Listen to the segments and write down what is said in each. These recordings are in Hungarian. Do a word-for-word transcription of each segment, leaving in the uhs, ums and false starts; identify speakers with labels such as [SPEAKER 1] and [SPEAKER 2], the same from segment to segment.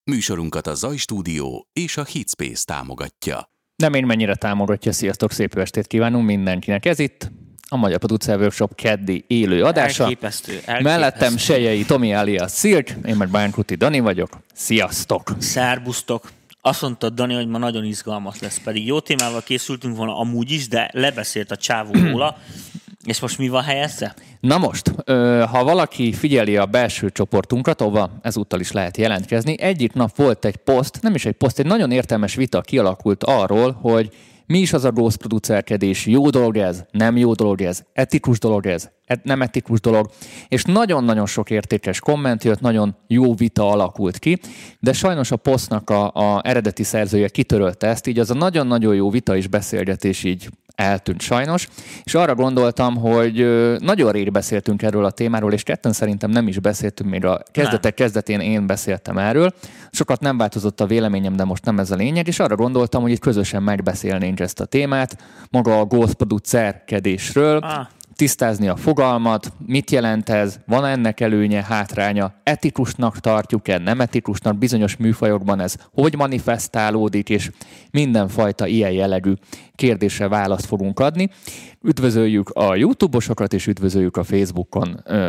[SPEAKER 1] Műsorunkat a Zaj Stúdió és a Hitspace támogatja.
[SPEAKER 2] Nem én mennyire támogatja, sziasztok, szép jó estét kívánunk mindenkinek. Ez itt a Magyar Producer Workshop keddi élő adása.
[SPEAKER 3] Elképesztő, elképesztő.
[SPEAKER 2] Mellettem Sejei Tomi alias Szirk, én meg Bánkuti Dani vagyok. Sziasztok!
[SPEAKER 3] Szerbusztok! Azt mondtad, Dani, hogy ma nagyon izgalmas lesz, pedig jó témával készültünk volna amúgy is, de lebeszélt a csávó róla. És most mi van helyezze?
[SPEAKER 2] Na most, ha valaki figyeli a belső csoportunkat, ahova ezúttal is lehet jelentkezni, egyik nap volt egy poszt, nem is egy poszt, egy nagyon értelmes vita kialakult arról, hogy mi is az a ghost producerkedés, jó dolog ez, nem jó dolog ez, etikus dolog ez, nem etikus dolog, és nagyon-nagyon sok értékes komment jött, nagyon jó vita alakult ki, de sajnos a posztnak a, a eredeti szerzője kitörölte ezt, így az a nagyon-nagyon jó vita és beszélgetés így eltűnt sajnos, és arra gondoltam, hogy nagyon rég beszéltünk erről a témáról, és ketten szerintem nem is beszéltünk, még a kezdetek kezdetén én beszéltem erről. Sokat nem változott a véleményem, de most nem ez a lényeg, és arra gondoltam, hogy itt közösen megbeszélnénk ezt a témát, maga a ghost producerkedésről, ah. tisztázni a fogalmat, mit jelent ez, van ennek előnye, hátránya, etikusnak tartjuk-e, nem etikusnak, bizonyos műfajokban ez hogy manifestálódik, és mindenfajta ilyen jellegű kérdésre választ fogunk adni. Üdvözöljük a YouTube-osokat, és üdvözöljük a Facebookon ö,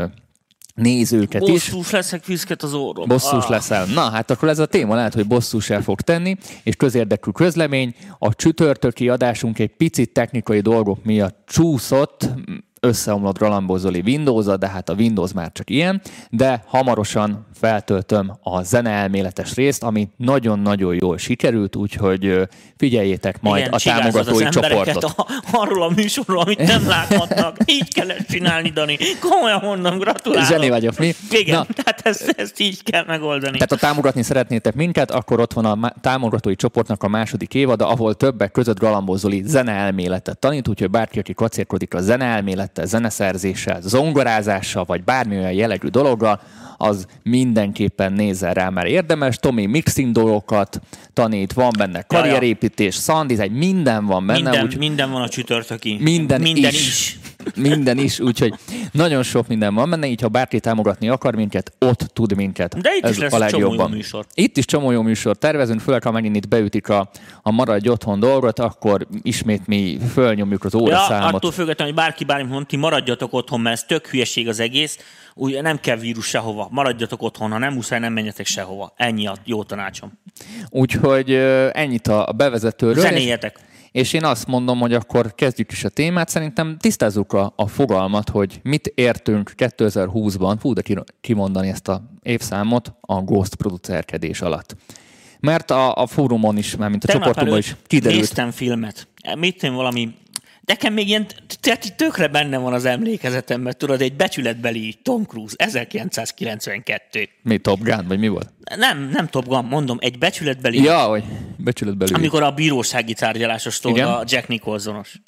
[SPEAKER 2] nézőket
[SPEAKER 3] bosszús
[SPEAKER 2] is.
[SPEAKER 3] Bosszús leszek, viszket az orrom.
[SPEAKER 2] Bosszús
[SPEAKER 3] ah.
[SPEAKER 2] leszel. Na, hát akkor ez a téma lehet, hogy bosszús el fog tenni, és közérdekű közlemény. A csütörtöki adásunk egy picit technikai dolgok miatt csúszott, összeomlott Ralambozoli Windows-a, de hát a Windows már csak ilyen, de hamarosan feltöltöm a zeneelméletes részt, ami nagyon-nagyon jól sikerült, úgyhogy figyeljétek majd
[SPEAKER 3] igen,
[SPEAKER 2] a támogatói
[SPEAKER 3] az
[SPEAKER 2] csoportot.
[SPEAKER 3] A, arról a műsorról, amit nem láthatnak. Így kellett csinálni, Dani. Komolyan mondom, gratulálok.
[SPEAKER 2] Zseni vagyok, mi?
[SPEAKER 3] Igen,
[SPEAKER 2] Na,
[SPEAKER 3] tehát ezt, ezt így kell megoldani.
[SPEAKER 2] Tehát ha támogatni szeretnétek minket, akkor ott van a támogatói csoportnak a második évada, ahol többek között Galambozoli zeneelméletet tanít, úgyhogy bárki, aki kacérkodik a zeneelmélettel, zeneszerzéssel, zongorázással, vagy bármilyen jellegű dologgal, az mindenképpen nézzen rá, mert érdemes. Tomi mixing dolgokat tanít, van benne karrierépítés, sound design, minden van benne.
[SPEAKER 3] Minden,
[SPEAKER 2] úgy,
[SPEAKER 3] minden van a csütörtöki.
[SPEAKER 2] Minden,
[SPEAKER 3] minden
[SPEAKER 2] is.
[SPEAKER 3] is.
[SPEAKER 2] Minden is, úgyhogy nagyon sok minden van benne, így ha bárki támogatni akar minket, ott tud minket.
[SPEAKER 3] De itt
[SPEAKER 2] ez
[SPEAKER 3] is lesz
[SPEAKER 2] a legjobban.
[SPEAKER 3] Csomó jó műsor.
[SPEAKER 2] Itt is csomó jó műsor tervezünk, főleg ha megint itt beütik a, a maradj otthon dolgot, akkor ismét mi fölnyomjuk az óraszámot.
[SPEAKER 3] Ja, attól függetlenül, hogy bárki bármi mondti, maradjatok otthon, mert ez tök hülyeség az egész, úgy nem kell vírus sehova, maradjatok otthon, ha nem muszáj, nem menjetek sehova. Ennyi a jó tanácsom.
[SPEAKER 2] Úgyhogy ennyit a bevezetőről.
[SPEAKER 3] Zenéjetek.
[SPEAKER 2] És én azt mondom, hogy akkor kezdjük is a témát. Szerintem tisztázzuk a, a fogalmat, hogy mit értünk kétezer-húszban, fú, de kimondani ezt a évszámot, a ghost producerkedés alatt. Mert a, a fórumon is, már mint a csoportunkban is kiderült.
[SPEAKER 3] Néztem filmet. Mit én valami... Nekem még ilyen, tehát tökre benne van az emlékezetemben, tudod, egy becsületbeli Tom Cruise, ezerkilencszázkilencvenkettő.
[SPEAKER 2] Mi, Top Gun, vagy mi volt?
[SPEAKER 3] Nem, nem Top Gun, mondom, egy becsületbeli...
[SPEAKER 2] Ja, hogy becsületbeli.
[SPEAKER 3] Amikor a bírósági tárgyalásos tolga a Jack Nicholsonos.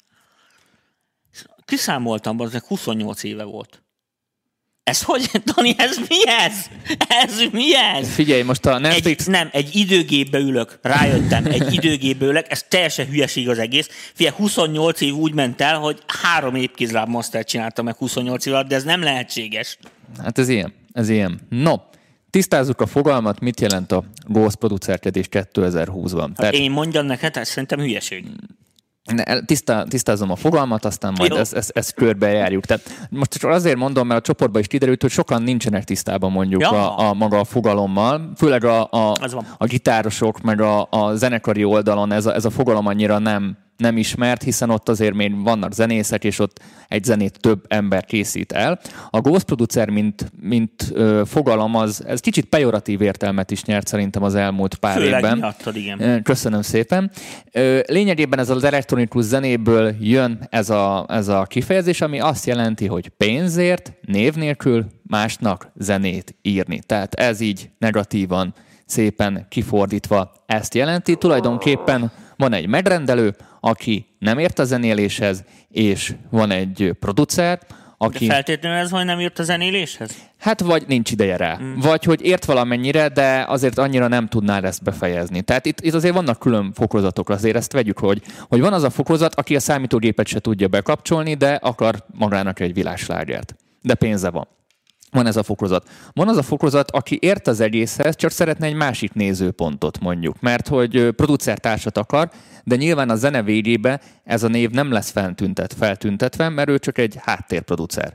[SPEAKER 3] Kiszámoltam, az huszonnyolc éve volt. Ez hogy? Dani, ez mi ez? Ez mi ez?
[SPEAKER 2] Figyelj, most a Netflix...
[SPEAKER 3] Egy, nem, egy időgépbe ülök, rájöttem, egy időgépbe ülök, ez teljesen hülyeség az egész. Figyelj, huszonnyolc év úgy ment el, hogy három épkézláb mastert csináltam meg huszonnyolc év alatt, de ez nem lehetséges.
[SPEAKER 2] Hát ez ilyen, ez ilyen. No, tisztázzuk a fogalmat, mit jelent a ghost producerkedés kétezer-húszban.
[SPEAKER 3] Hát Tehát... Én mondjam neked, ez szerintem hülyeség.
[SPEAKER 2] Tisztá, tisztázom a fogalmat, aztán majd ezt, ezt, ezt körbejárjuk. Tehát most csak azért mondom, mert a csoportban is kiderült, hogy sokan nincsenek tisztában mondjuk
[SPEAKER 3] ja.
[SPEAKER 2] a, a maga a fogalommal. Főleg a, a, a gitárosok, meg a, a zenekari oldalon ez a, ez a fogalom annyira nem, nem ismert, hiszen ott azért még vannak zenészek, és ott egy zenét több ember készít el. A ghost producer, mint, mint ö, fogalom, az, ez kicsit pejoratív értelmet is nyert szerintem az elmúlt pár
[SPEAKER 3] Főleg
[SPEAKER 2] évben.
[SPEAKER 3] miattad, igen.
[SPEAKER 2] Köszönöm szépen. Ö, lényegében ez az elektronikus zenéből jön ez a, ez a kifejezés, ami azt jelenti, hogy pénzért, név nélkül másnak zenét írni. Tehát ez így negatívan, szépen kifordítva ezt jelenti. Tulajdonképpen van egy megrendelő, aki nem ért a zenéléshez, és van egy producer, aki...
[SPEAKER 3] De feltétlenül ez, hogy nem ért a zenéléshez?
[SPEAKER 2] Hát vagy nincs ideje rá. Mm. Vagy hogy ért valamennyire, de azért annyira nem tudnál ezt befejezni. Tehát itt, itt azért vannak külön fokozatok, azért ezt vegyük, hogy, hogy van az a fokozat, aki a számítógépet se tudja bekapcsolni, de akar magának egy világslágert. De pénze van. Van ez a fokozat. Van az a fokozat, aki ért az egészhez, csak szeretne egy másik nézőpontot mondjuk, mert hogy producertársat akar, de nyilván a zene végébe ez a név nem lesz feltüntet, feltüntetve, mert ő csak egy háttérproducer.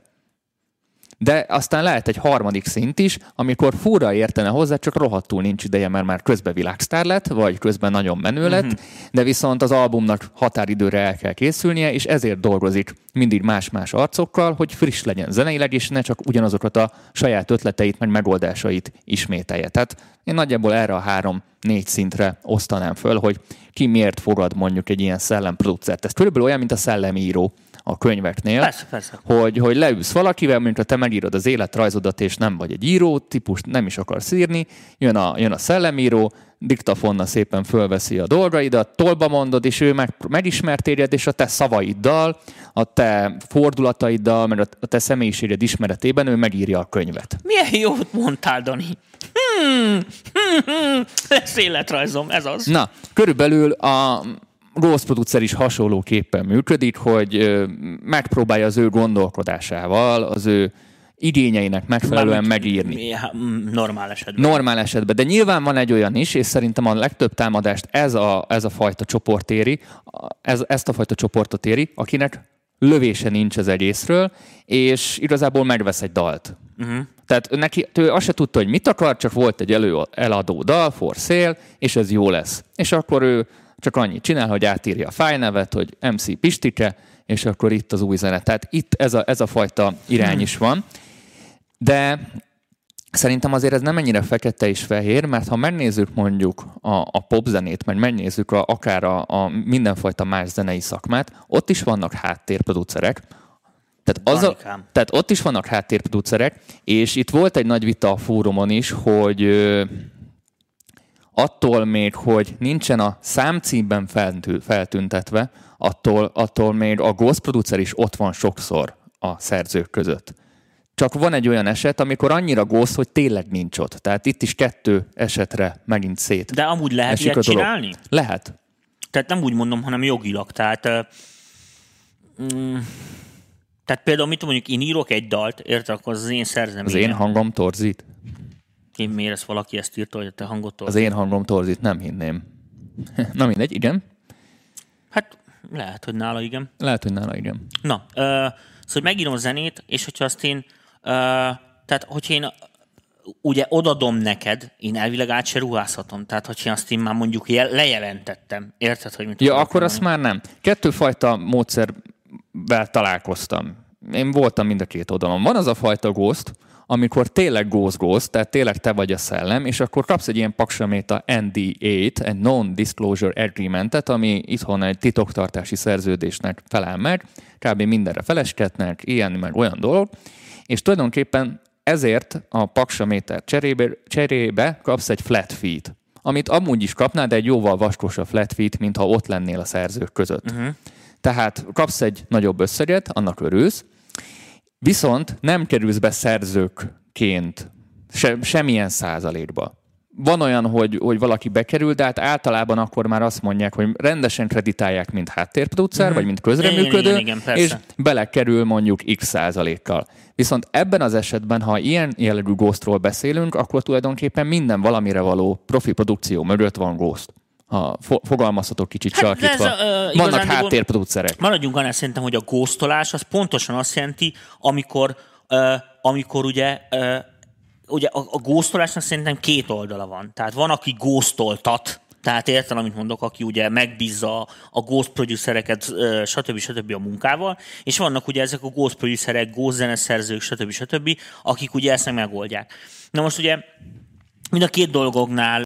[SPEAKER 2] De aztán lehet egy harmadik szint is, amikor fúra értene hozzá, csak rohadtul nincs ideje, mert már közben világsztár lett, vagy közben nagyon menő lett, uh-huh. de viszont az albumnak határidőre el kell készülnie, és ezért dolgozik mindig más-más arcokkal, hogy friss legyen zeneileg, és ne csak ugyanazokat a saját ötleteit, meg megoldásait ismételje. Tehát én nagyjából erre a három-négy szintre osztanám föl, hogy ki miért fogad mondjuk egy ilyen szellemproducert. Ez körülbelül olyan, mint a szellemíró a könyveknél,
[SPEAKER 3] persze, persze.
[SPEAKER 2] Hogy, hogy leülsz valakivel, mint te megírod az életrajzodat, és nem vagy egy író, típust nem is akarsz írni, jön a, jön a szellemíró, diktafonna szépen fölveszi a dolgaidat, tolba mondod, és ő meg, megismer téged, és a te szavaiddal, a te fordulataiddal, meg a te személyiséged ismeretében ő megírja a könyvet.
[SPEAKER 3] Milyen jót mondtál, Dani? Hmm, hmm, hmm, lesz életrajzom, ez az.
[SPEAKER 2] Na, körülbelül a Ghost producer is hasonlóképpen működik, hogy megpróbálja az ő gondolkodásával, az ő igényeinek megfelelően Már megírni.
[SPEAKER 3] Normál esetben.
[SPEAKER 2] Normál esetben. De nyilván van egy olyan is, és szerintem a legtöbb támadást ez a, ez a fajta csoport éri, ez, ezt a fajta csoportot éri, akinek lövése nincs az egészről, és igazából megvesz egy dalt. Uh-huh. Tehát neki, ő azt se tudta, hogy mit akar, csak volt egy elő, eladó dal, for sale, és ez jó lesz. És akkor ő csak annyit csinál, hogy átírja a fájlnevet, hogy em cé Pistike, és akkor itt az új zene. Tehát itt ez a, ez a fajta irány is van. De szerintem azért ez nem ennyire fekete és fehér, mert ha megnézzük mondjuk a, a popzenét, meg megnézzük a, akár a, a mindenfajta más zenei szakmát, ott is vannak háttérproducerek. Tehát, az a, tehát ott is vannak háttérproducerek, és itt volt egy nagy vita a fórumon is, hogy ö, attól még, hogy nincsen a számcímben feltüntetve, attól, attól még a ghost producer is ott van sokszor a szerzők között. Csak van egy olyan eset, amikor annyira ghost, hogy tényleg nincs ott. Tehát itt is kettő esetre megint szét.
[SPEAKER 3] De amúgy lehet ilyet csinálni?
[SPEAKER 2] Lehet.
[SPEAKER 3] Tehát nem úgy mondom, hanem jogilag. Tehát, uh, mm, tehát például, mit mondjuk, én írok egy dalt, érted, akkor az én szerzeményem.
[SPEAKER 2] Az én hangom torzít?
[SPEAKER 3] Én miért ezt valaki ezt írta, hogy a te hangot torzít?
[SPEAKER 2] Az én hangom torzít, nem hinném. Na mindegy, igen.
[SPEAKER 3] Hát lehet, hogy nála igen.
[SPEAKER 2] Lehet, hogy nála igen.
[SPEAKER 3] Na, uh, szóval hogy megírom a zenét, és hogyha azt én, uh, tehát hogyha én ugye odadom neked, én elvileg át se ruházhatom. Tehát hogyha azt én már mondjuk jel- lejelentettem. Érted, hogy mit
[SPEAKER 2] Ja, akkor azt már nem. Kettőfajta módszervel találkoztam. Én voltam mind a két oldalon. Van az a fajta ghost, amikor tényleg ghost-ghost, tehát tényleg te vagy a szellem, és akkor kapsz egy ilyen paksamét a en dé á-t, egy Non-Disclosure Agreement-et, ami itthon egy titoktartási szerződésnek felel meg, kb. Mindenre feleskednek, ilyen meg olyan dolog, és tulajdonképpen ezért a paksaméter cserébe, cserébe kapsz egy flat fee-t, amit amúgy is kapnál, de egy jóval vaskosabb flat fee-t, mintha ott lennél a szerzők között. Uh-huh. Tehát kapsz egy nagyobb összeget, annak örülsz, viszont nem kerülsz be szerzőkként se, semmilyen százalékba. Van olyan, hogy, hogy valaki bekerül, de hát általában akkor már azt mondják, hogy rendesen kreditálják, mint háttérproducer, mm-hmm. vagy mint közreműködő, igen, igen, és belekerül mondjuk x százalékkal. Viszont ebben az esetben, ha ilyen jellegű ghostról beszélünk, akkor tulajdonképpen minden valamire való profi produkció mögött van ghost. Ha fo- fogalmazhatok kicsit hát sarkítva. Ez, uh, vannak háttérproducerek.
[SPEAKER 3] Maradjunk annál szerintem, hogy a ghostolás az pontosan azt jelenti, amikor, uh, amikor ugye, uh, ugye a, a ghostolásnak szerintem két oldala van. Tehát van, aki ghostoltat, tehát értem, amit mondok, aki ugye megbízza a ghost producereket, uh, stb. stb. A munkával, és vannak ugye ezek a ghost producerek, ghost zeneszerzők, stb. stb., akik ugye ezt megoldják. Na most ugye mind a két dolgoknál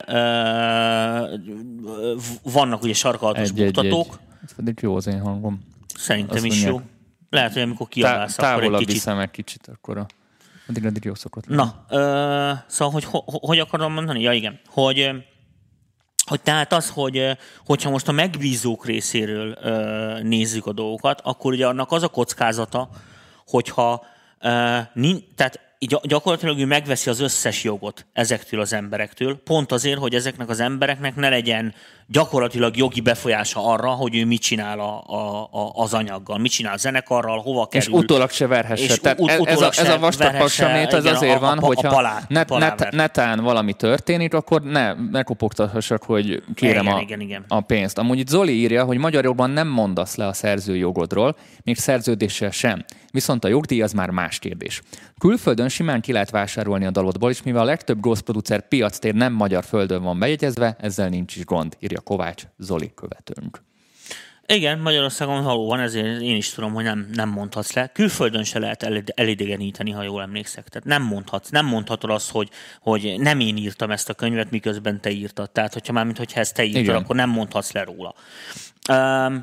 [SPEAKER 3] uh, vannak ugye sarkalatos mutatók.
[SPEAKER 2] Ez pedig jó az én hangom.
[SPEAKER 3] Szerintem azt is mondják, jó. Lehet, hogy amikor kiabálsz, tá- akkor egy kicsit.
[SPEAKER 2] Viszem egy kicsit, akkor a... addig, addig jó szokott.
[SPEAKER 3] Na, uh, szóval, hogy ho- hogy akarom mondani? Ja, igen. Hogy, hogy tehát az, hogy hogyha most a megbízók részéről uh, nézzük a dolgokat, akkor ugye annak az a kockázata, hogyha uh, nin- tehát gyakorlatilag ő megveszi az összes jogot ezektől az emberektől, pont azért, hogy ezeknek az embereknek ne legyen gyakorlatilag jogi befolyása arra, hogy ő mit csinál a, a, a, az anyaggal, mit csinál a zenekarral, hova kerül.
[SPEAKER 2] És utólag se verhesse. Tehát ut- ez, a, ez a vastag paksamét az azért a, van, a, hogyha a palá, net, net, netán valami történik, akkor ne, ne kopogtathassak, hogy kérem igen, a, igen, igen. a pénzt. Amúgy itt Zoli írja, hogy magyarokban nem mondasz le a szerzőjogodról, még szerződéssel sem. Viszont a jogdíj az már más kérdés. Külföldön simán ki lehet vásárolni a dalodból, és mivel a legtöbb ghost producer piactér nem magyar földön van bejegyezve, ezzel nincs is gond, írja Kovács Zoli követőnk.
[SPEAKER 3] Igen, Magyarországon valóban, ezért én is tudom, hogy nem, nem mondhatsz le. Külföldön se lehet elidegeníteni, ha jól emlékszek. Tehát nem mondhatsz, nem mondhatod azt, hogy, hogy nem én írtam ezt a könyvet, miközben te írtad. Tehát, hogyha már, mint hogyha ezt te írtad, igen. akkor nem mondhatsz le róla. Um,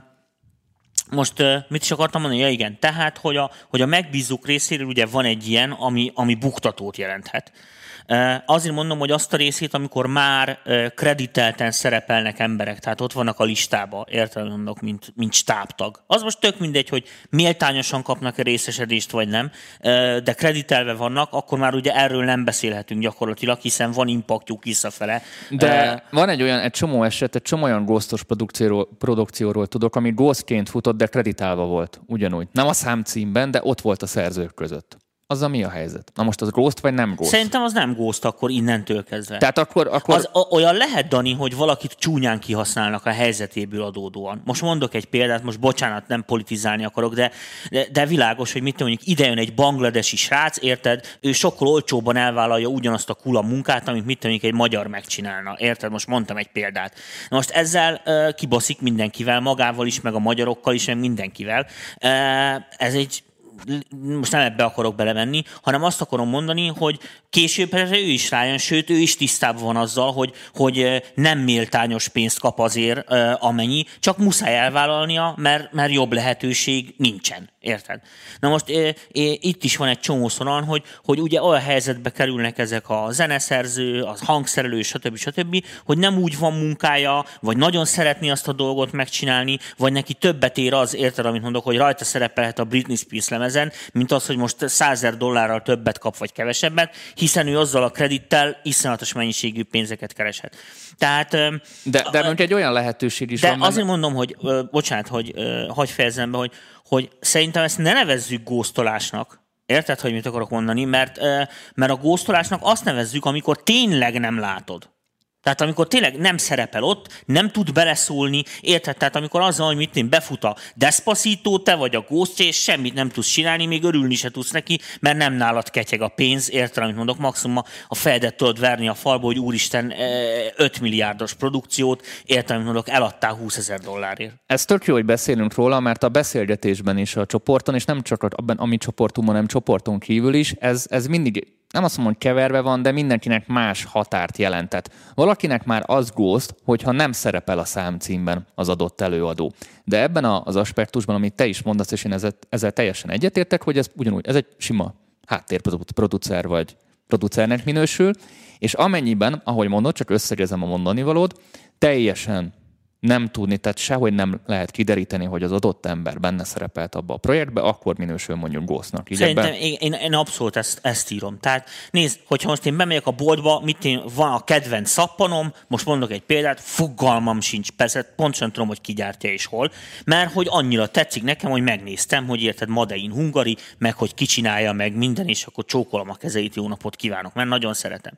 [SPEAKER 3] Most uh, mit is akartam mondani? Ja igen, tehát, hogy a, hogy a megbízók részéről ugye van egy ilyen, ami, ami buktatót jelenthet. Uh, azért mondom, hogy azt a részét, amikor már uh, kreditelten szerepelnek emberek, tehát ott vannak a listába, értelem mondok, mint, mint stábtag. Az most tök mindegy, hogy méltányosan kapnak-e részesedést, vagy nem, uh, de kreditelve vannak, akkor már ugye erről nem beszélhetünk gyakorlatilag, hiszen van impactjuk visszafele.
[SPEAKER 2] De uh, van egy olyan, egy csomó eset, egy csomó olyan ghostos produkcióról, produkcióról tudok, ami ghostként futott, de kreditálva volt ugyanúgy. Nem a számcímben, de ott volt a szerzők között. Azzal mi a helyzet? Na most az ghost vagy nem ghost?
[SPEAKER 3] Szerintem az nem ghost akkor innentől kezdve.
[SPEAKER 2] Tehát akkor... akkor...
[SPEAKER 3] Az, olyan lehet, Dani, hogy valakit csúnyán kihasználnak a helyzetéből adódóan. Most mondok egy példát, most bocsánat, nem politizálni akarok, de, de, de világos, hogy mit mondjuk, ide jön egy bangladesi srác, érted? Ő sokkal olcsóbban elvállalja ugyanazt a kula munkát, amit mit mondjuk egy magyar megcsinálna. Érted? Most mondtam egy példát. Na most ezzel uh, kibaszik mindenkivel, magával is, meg a magyarokkal is, meg mindenkivel. Uh, ez egy most nem ebbe akarok belemenni, hanem azt akarom mondani, hogy később ő is rájön, sőt, ő is tisztában van azzal, hogy, hogy nem méltányos pénzt kap azért, amennyi, csak muszáj elvállalnia, mert, mert jobb lehetőség nincsen. Érted? Na most é, é, itt is van egy csomószor olyan, hogy, hogy ugye olyan helyzetbe kerülnek ezek a zeneszerző, a hangszerelő, stb. stb., hogy nem úgy van munkája, vagy nagyon szeretné azt a dolgot megcsinálni, vagy neki többet ér az, érted, amit mondok, hogy rajta szerepelhet a Britney Spears lemezen, mint az, hogy most százezer dollárral többet kap, vagy kevesebbet, hiszen ő azzal a kredittel iszonyatos mennyiségű pénzeket kereshet. Tehát,
[SPEAKER 2] de de mondjuk egy olyan lehetőség is
[SPEAKER 3] de
[SPEAKER 2] van.
[SPEAKER 3] De azért mondom, hogy bocsánat, hogy hagyj fejezzem be, hogy hogy szerintem ezt ne nevezzük ghostolásnak. Érted, hogy mit akarok mondani? Mert, mert a ghostolásnak azt nevezzük, amikor tényleg nem látod. Tehát amikor tényleg nem szerepel ott, nem tud beleszólni, érted? Tehát amikor azzal, hogy mit én befut a Despacito, te vagy a Ghost, és semmit nem tudsz csinálni, még örülni se tudsz neki, mert nem nálad ketyeg a pénz, érted, amit mondok, maximum a fejedet tudod verni a falba, hogy úristen, öt milliárdos produkciót, érted, amit mondok, eladtál húszezer dollárért.
[SPEAKER 2] Ez tök jó, hogy beszélünk róla, mert a beszélgetésben is a csoporton, és nem csak abban, ami csoportunkban, hanem csoporton kívül is, ez, ez mindig... Nem azt mondom, hogy keverve van, de mindenkinek más határt jelentett. Valakinek már az ghost, hogyha nem szerepel a számcímben az adott előadó. De ebben az aspektusban, amit te is mondasz, és én ezzel, ezzel teljesen egyetértek, hogy ez ugyanúgy, ez egy sima háttérproducer vagy producernek minősül, és amennyiben, ahogy mondod, csak összegezem a mondani valód, teljesen nem tudni, tehát sehogy nem lehet kideríteni, hogy az adott ember benne szerepelt abba a projektbe, akkor minősül mondjuk ghostnak. Így
[SPEAKER 3] Szerintem
[SPEAKER 2] ebben...
[SPEAKER 3] én, én, én abszolút ezt, ezt írom. Tehát nézd, hogyha most én bemegyek a boltba, mit én, van a kedvenc szappanom, most mondok egy példát, fogalmam sincs, persze pontosan tudom, hogy ki gyártja és hol, mert hogy annyira tetszik nekem, hogy megnéztem, hogy érted, Made in Hungary, meg hogy ki csinálja meg minden, és akkor csókolom a kezeit, jó napot kívánok, mert nagyon szeretem.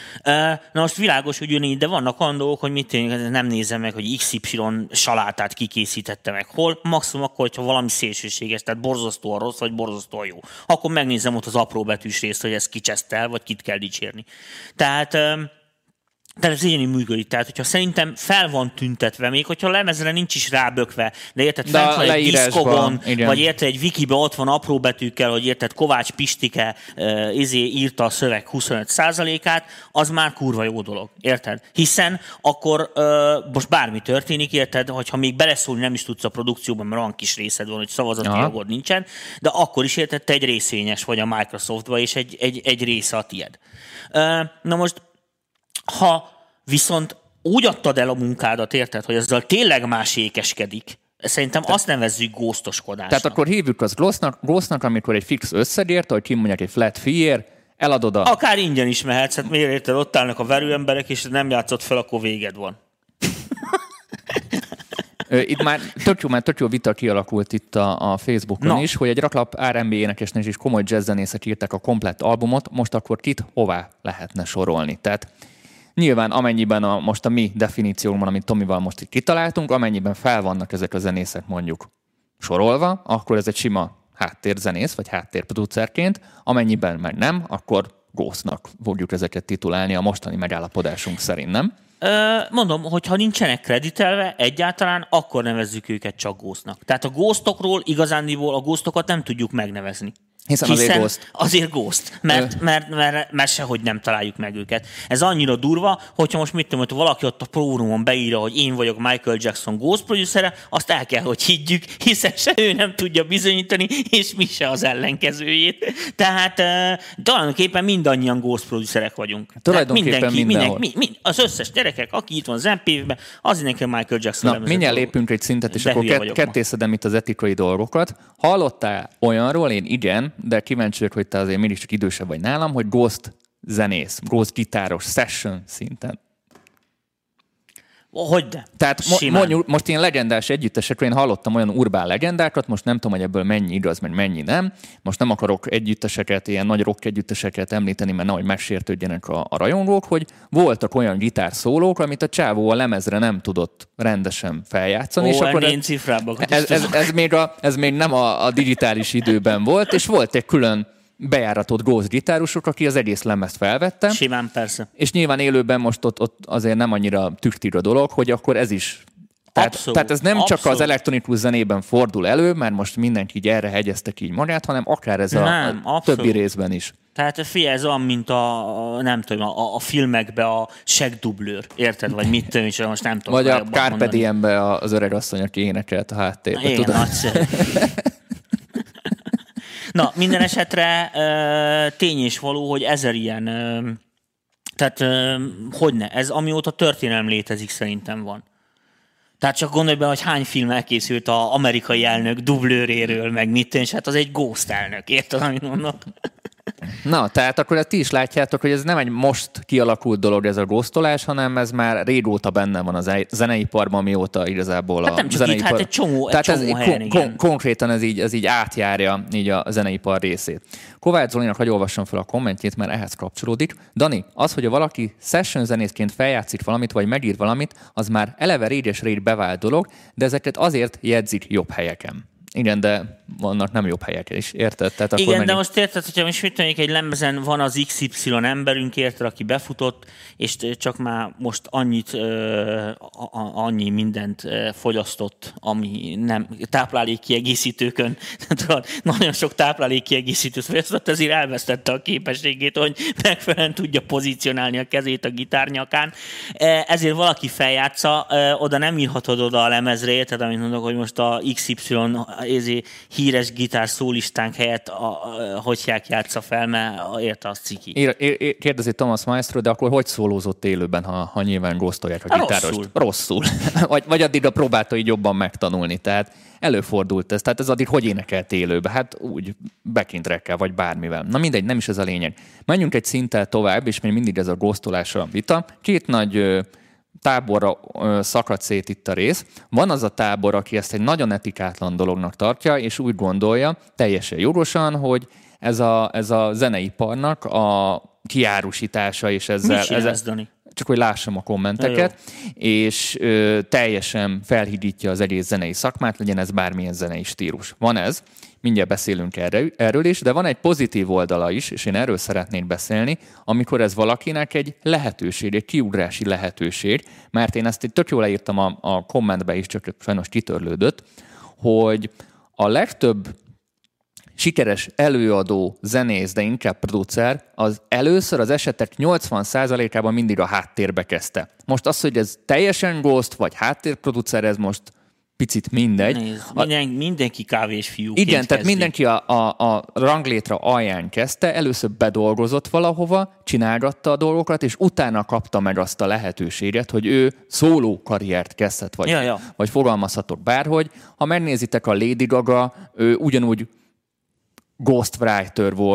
[SPEAKER 3] Na most világos, hogy ugyanígy, de vannak olyan dolgok, hogy mit én nem nézem meg, hogy iksz ipszilon salátát kikészítette meg hol, maximum akkor, hogyha valami szélsőséges, tehát borzasztóan rossz, vagy borzasztóan jó. Akkor megnézem ott az apró betűs részt, hogy ez kicsesztel, vagy kit kell dicsérni. Tehát... Tehát ez így működik. Tehát, hogyha szerintem fel van tüntetve, még hogyha a lemezre nincs is rábökve, de érted, de fent van egy diszkogon, vagy érted, egy wikiben ott van apró betűkkel, hogy érted, Kovács Pistike uh, izé írta a szöveg huszonöt százalékát, az már kurva jó dolog. Érted? Hiszen akkor uh, most bármi történik, érted, hogyha még beleszólni nem is tudsz a produkcióban, mert olyan kis részed van, hogy szavazati Aha. jogod nincsen, de akkor is érted, te egy részvényes vagy a Microsoftba, és egy, egy, egy része a tied. Uh, na most ha viszont úgy adtad el a munkádat, érted, hogy azzal tényleg más ékeskedik, szerintem Te... azt nevezzük ghostoskodásnak.
[SPEAKER 2] Tehát akkor hívjuk az ghostnak, ghostnak, amikor egy fix összegért, hogy kimondják egy flat fee-ért, eladod a...
[SPEAKER 3] Akár ingyen is mehetsz, hát miért érted, ott állnak a verőemberek, és nem játszott fel, akkor véged van.
[SPEAKER 2] Itt már tök jó, már tök jó vita kialakult itt a, a Facebookon
[SPEAKER 3] Na.
[SPEAKER 2] is, hogy egy raklap er and bé énekesnek és komoly jazzzenészek írták a komplett albumot, most akkor kit hová lehetne sorolni. Tehát nyilván amennyiben a, most a mi definíciónkban, amit Tomival most itt kitaláltunk, amennyiben fel vannak ezek a zenészek mondjuk sorolva, akkor ez egy sima háttérzenész, vagy háttérproducerként, amennyiben meg nem, akkor Ghostnak fogjuk ezeket titulálni a mostani megállapodásunk szerint, nem?
[SPEAKER 3] Ö, mondom, hogy ha nincsenek kreditelve egyáltalán, akkor nevezzük őket csak Ghostnak. Tehát a Ghostokról igazándiból a Ghostokat nem tudjuk megnevezni.
[SPEAKER 2] Hiszen,
[SPEAKER 3] Hiszen
[SPEAKER 2] azért Ghost.
[SPEAKER 3] Azért Ghost, mert, mert, mert, mert sehogy nem találjuk meg őket. Ez annyira durva, hogyha most mit tudom, hogy valaki ott a próbumon beírja, hogy én vagyok Michael Jackson Ghost producere, azt el kell, hogy higgyük, hiszen se ő nem tudja bizonyítani, és mi se az ellenkezőjét. Tehát uh, tulajdonképpen mindannyian Ghost producerek vagyunk.
[SPEAKER 2] Tulajdonképpen mindenki, mindenki
[SPEAKER 3] mi, mi, az összes gyerekek, aki itt van az em pé vé-ben, az neki Michael Jackson.
[SPEAKER 2] Na, mindjárt lépünk egy szintet, és akkor kett, kettészedem itt az etikai dolgokat. Hallottál olyanról, én igen, de kíváncsi vagyok, hogy te azért mégiscsak idősebb vagy nálam, hogy Ghost zenész, Ghost gitáros, session szinten.
[SPEAKER 3] Hogyne?
[SPEAKER 2] Tehát mo- mondjuk, most ilyen legendás együttesekről én hallottam olyan urbán legendákat, most nem tudom, hogy ebből mennyi igaz, meg mennyi nem. Most nem akarok együtteseket, ilyen nagy rock együtteseket említeni, mert nehogy megsértődjenek a, a rajongók, hogy voltak olyan gitárszólók, amit a csávó a lemezre nem tudott rendesen feljátszani.
[SPEAKER 3] Ó,
[SPEAKER 2] és akkor
[SPEAKER 3] én cifrábbakat
[SPEAKER 2] ez, ez, ez, még a, ez még nem a, a digitális időben volt, és volt egy külön bejáratott Ghost gitárusok, aki az egész lemezt felvette.
[SPEAKER 3] Simán, persze.
[SPEAKER 2] És nyilván élőben most ott, ott azért nem annyira tüktír a dolog, hogy akkor ez is... Tehát,
[SPEAKER 3] abszolút,
[SPEAKER 2] tehát ez nem
[SPEAKER 3] abszolút.
[SPEAKER 2] csak az elektronikus zenében fordul elő, mert most mindenki így erre hegyeztek így magát, hanem akár ez
[SPEAKER 3] nem,
[SPEAKER 2] a, a többi részben is.
[SPEAKER 3] Tehát figyelj, ez olyan, mint a, nem tudom, a, a filmekben a segdublőr, érted? Vagy mit tudom, és most nem tudom.
[SPEAKER 2] Vagy a Carpe Diem-ben az öreg asszony, aki énekelt a háttérben.
[SPEAKER 3] Igen,
[SPEAKER 2] tudom.
[SPEAKER 3] nagyszerű. Na, minden esetre uh, tény és való, hogy ezer ilyen, uh, tehát uh, hogyne, ez amióta történelem létezik szerintem van. Tehát csak gondolj be, hogy hány film elkészült az amerikai elnök dublőréről, meg mit, és hát az egy Ghost elnök, érted, amit mondok?
[SPEAKER 2] Na, tehát akkor ezt ti is látjátok, hogy ez nem egy most kialakult dolog ez a ghostolás, hanem ez már régóta benne van a zeneiparban, mióta igazából
[SPEAKER 3] hát
[SPEAKER 2] a
[SPEAKER 3] nem csak
[SPEAKER 2] zeneipar...
[SPEAKER 3] itt, hát egy csomó, egy
[SPEAKER 2] tehát
[SPEAKER 3] csomó
[SPEAKER 2] ez
[SPEAKER 3] helyen,
[SPEAKER 2] kon-
[SPEAKER 3] igen.
[SPEAKER 2] Konkrétan ez így, ez így átjárja így a zeneipar részét. Kovács Zolinak hagy olvassam fel a kommentjét, mert ehhez kapcsolódik. Dani, az, hogy a valaki session zenészként feljátszik valamit, vagy megír valamit, az már eleve réges rég bevált dolog, de ezeket azért jegyzik jobb helyeken. Igen, de vannak nem jobb helyek is, érted? Tehát akkor
[SPEAKER 3] igen,
[SPEAKER 2] mennyi...
[SPEAKER 3] de most érted, hogyha most mit mondjuk, egy lemezen van az iksz ipszilon emberünk, érted, aki befutott, és csak már most annyit, uh, annyi mindent uh, fogyasztott, ami nem táplálékkiegészítőkön, nagyon sok táplálékkiegészítőt fogyasztott, ezért elvesztette a képességét, hogy megfelelően tudja pozícionálni a kezét a gitárnyakán. Ezért valaki feljátsza, oda nem írhatod oda a lemezre, érted, amit mondok, hogy most a iksz ipszilon ezért híres gitár szólistánk helyett a, a, hogy játsza fel, mert érte az ciki.
[SPEAKER 2] Ér, ér, kérdezi Thomas Maestro, de akkor hogy szólózott élőben, ha, ha nyilván ghostolják a gitárost?
[SPEAKER 3] Rosszul.
[SPEAKER 2] Rosszul. vagy, vagy addigra próbálta így jobban megtanulni. Tehát előfordult ez. Tehát ez addig hogy énekelt élőben? Hát úgy bekintrekkel, vagy bármivel. Na mindegy, nem is ez a lényeg. Menjünk egy szinttel tovább, és még mindig ez a ghostolásra vita. Két nagy táborra szakad szét itt a rész. Van az a tábor, aki ezt egy nagyon etikátlan dolognak tartja, és úgy gondolja, teljesen jogosan, hogy ez a, ez a zeneiparnak a kiárusítása, és ezzel...
[SPEAKER 3] Mit csinálsz,
[SPEAKER 2] ezzel
[SPEAKER 3] Dani?
[SPEAKER 2] csak hogy lássam a kommenteket, és ö, teljesen felhigítja az egész zenei szakmát, legyen ez bármilyen zenei stílus. Van ez, mindjárt beszélünk erre, erről is, de van egy pozitív oldala is, és én erről szeretnék beszélni, amikor ez valakinek egy lehetőség, egy kiugrási lehetőség, mert én ezt tök jól leírtam a, a kommentbe is, csak sajnos kitörlődött, hogy a legtöbb sikeres előadó, zenész, de inkább producer, az először az esetek nyolcvan százalékában mindig a háttérbe kezdte. Most az, hogy ez teljesen ghost, vagy háttérproducer, ez most picit mindegy.
[SPEAKER 3] Nézd, minden, mindenki kávés fiúként
[SPEAKER 2] Igen, tehát
[SPEAKER 3] kezdi.
[SPEAKER 2] mindenki a, a, a ranglétra alján kezdte, először bedolgozott valahova, csinálgatta a dolgokat, és utána kapta meg azt a lehetőséget, hogy ő szóló karriert kezdhet, vagy,
[SPEAKER 3] ja, ja.
[SPEAKER 2] vagy fogalmazhatok bárhogy. Ha megnézitek a Lady Gaga, ő ugyanúgy ghostwriter volt,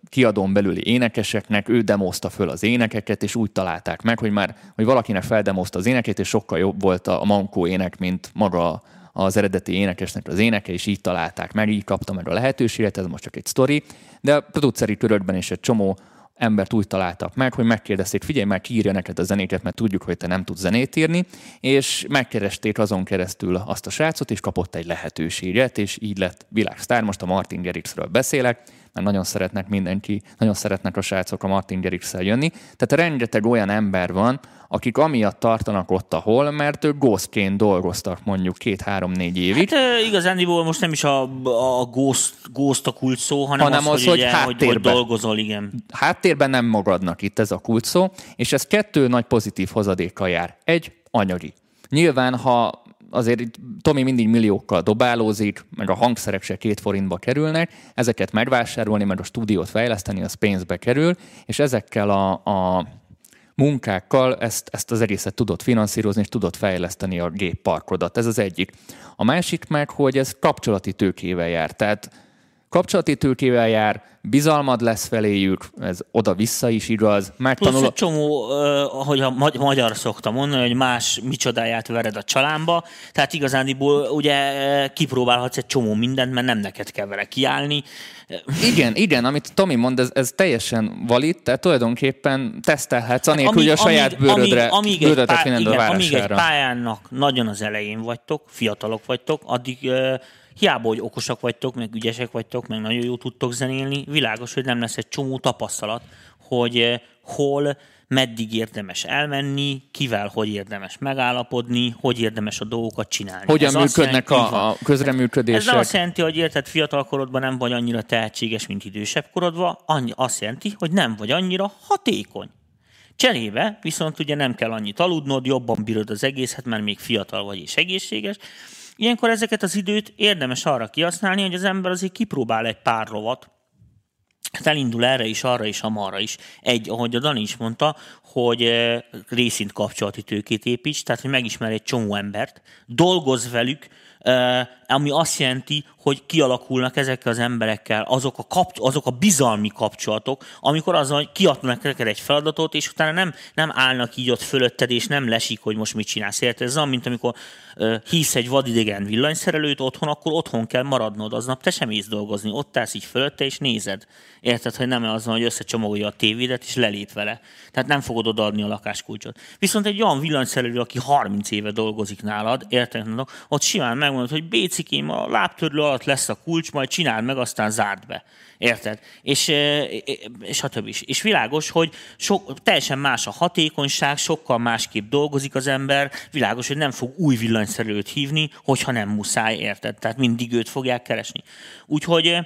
[SPEAKER 2] kiadón belüli énekeseknek, ő demozta föl az énekeket, és úgy találták meg, hogy már hogy valakinek feldemozta az éneket, és sokkal jobb volt a mankó ének, mint maga az eredeti énekesnek az éneke, és így találták meg, így kapta meg a lehetőséget, ez most csak egy sztori, de a produceri körökben is egy csomó embert úgy találtak meg, hogy megkérdezték, figyelj már, ki írja neked a zenéket, mert tudjuk, hogy te nem tudsz zenét írni, és megkeresték azon keresztül azt a srácot, és kapott egy lehetőséget, és így lett világsztár. Most a Martin Garrixről beszélek, mert nagyon szeretnek mindenki, nagyon szeretnek a srácok a Martin Garrixsel jönni. Tehát rengeteg olyan ember van, akik amiatt tartanak ott, ahol, mert ők ghostként dolgoztak mondjuk két-három-négy évig.
[SPEAKER 3] Hát igazándiból most nem is a, a ghost, ghost a kult szó, hanem,
[SPEAKER 2] hanem
[SPEAKER 3] az,
[SPEAKER 2] az,
[SPEAKER 3] hogy,
[SPEAKER 2] hogy,
[SPEAKER 3] ugye,
[SPEAKER 2] háttérben,
[SPEAKER 3] hogy, hogy dolgozol, igen.
[SPEAKER 2] Háttérben nem magadnak itt ez a kult szó, és ez kettő nagy pozitív hozadékkal jár. Egy, anyagi. Nyilván, ha azért Tomi mindig milliókkal dobálózik, meg a hangszerek se két forintba kerülnek, ezeket megvásárolni, meg a stúdiót fejleszteni, az pénzbe kerül, és ezekkel a, a munkákkal ezt, ezt az egészet tudod finanszírozni, és tudod fejleszteni a gépparkodat. Ez az egyik. A másik meg, hogy ez kapcsolati tőkével jár. Tehát kapcsolati tőkével jár, bizalmad lesz feléjük, ez oda-vissza is igaz.
[SPEAKER 3] Megtanul... Plusz egy csomó, ahogy a magyar szokta mondani, hogy más micsodáját vered a csalámba, tehát igazándiból ugye kipróbálhatsz egy csomó mindent, mert nem neked kell vele kiállni.
[SPEAKER 2] Igen, igen, amit Tomi mond, ez, ez teljesen valid, tehát tulajdonképpen tesztelhetsz, anélkül, hogy a saját amíg, bőrödre,
[SPEAKER 3] amíg,
[SPEAKER 2] bőrödre
[SPEAKER 3] pá...
[SPEAKER 2] finned a várására.
[SPEAKER 3] Amíg egy pályának nagyon az elején vagytok, fiatalok vagytok, addig uh, hiába, hogy okosak vagytok, meg ügyesek vagytok, meg nagyon jó tudtok zenélni, világos, hogy nem lesz egy csomó tapasztalat, hogy uh, hol, meddig érdemes elmenni, kivel hogy érdemes megállapodni, hogy érdemes a dolgokat csinálni.
[SPEAKER 2] Hogyan ez működnek jelenti, a, a közreműködések.
[SPEAKER 3] Ez nem azt jelenti, hogy érted, fiatal korodban nem vagy annyira tehetséges, mint idősebb korodban, annyi, azt jelenti, hogy nem vagy annyira hatékony. Cserébe viszont ugye nem kell annyit aludnod, jobban bírod az egészet, mert még fiatal vagy és egészséges. Ilyenkor ezeket az időt érdemes arra kihasználni, hogy az ember azért kipróbál egy pár rovat, hát elindul erre is, arra is, amarra is. Egy, ahogy a Dani is mondta, hogy részint kapcsolati tőkét építs, tehát hogy megismer egy csomó embert, dolgozz velük, ami azt jelenti, hogy kialakulnak ezekkel az emberekkel azok a, kapcs- azok a bizalmi kapcsolatok, amikor az, hogy kiadnak neked egy feladatot, és utána nem, nem állnak így ott fölötted, és nem lesik, hogy most mit csinálsz. Érted? Ez olyan, mint amikor uh, hívsz egy vadidegen villanyszerelőt otthon, akkor otthon kell maradnod aznap, te sem mész dolgozni, ott állsz így fölötte, és nézed. Érted, hogy nem az van, hogy összecsomagolja a tévédet, és lelép vele. Tehát nem fogod odaadni a lakáskulcsot. Viszont egy olyan villanyszerelő, aki harminc éve dolgozik nálad, érted? Ott simán megmondod, hogy bécikém, a lábtörlő alatt lesz a kulcs, majd csináld meg, aztán zárd be. Érted? És, és a többi is. És világos, hogy sok, teljesen más a hatékonyság, sokkal másképp dolgozik az ember, világos, hogy nem fog új villanyszerelőt hívni, hogyha nem muszáj, érted? Tehát mindig őt fogják keresni. Úgyhogy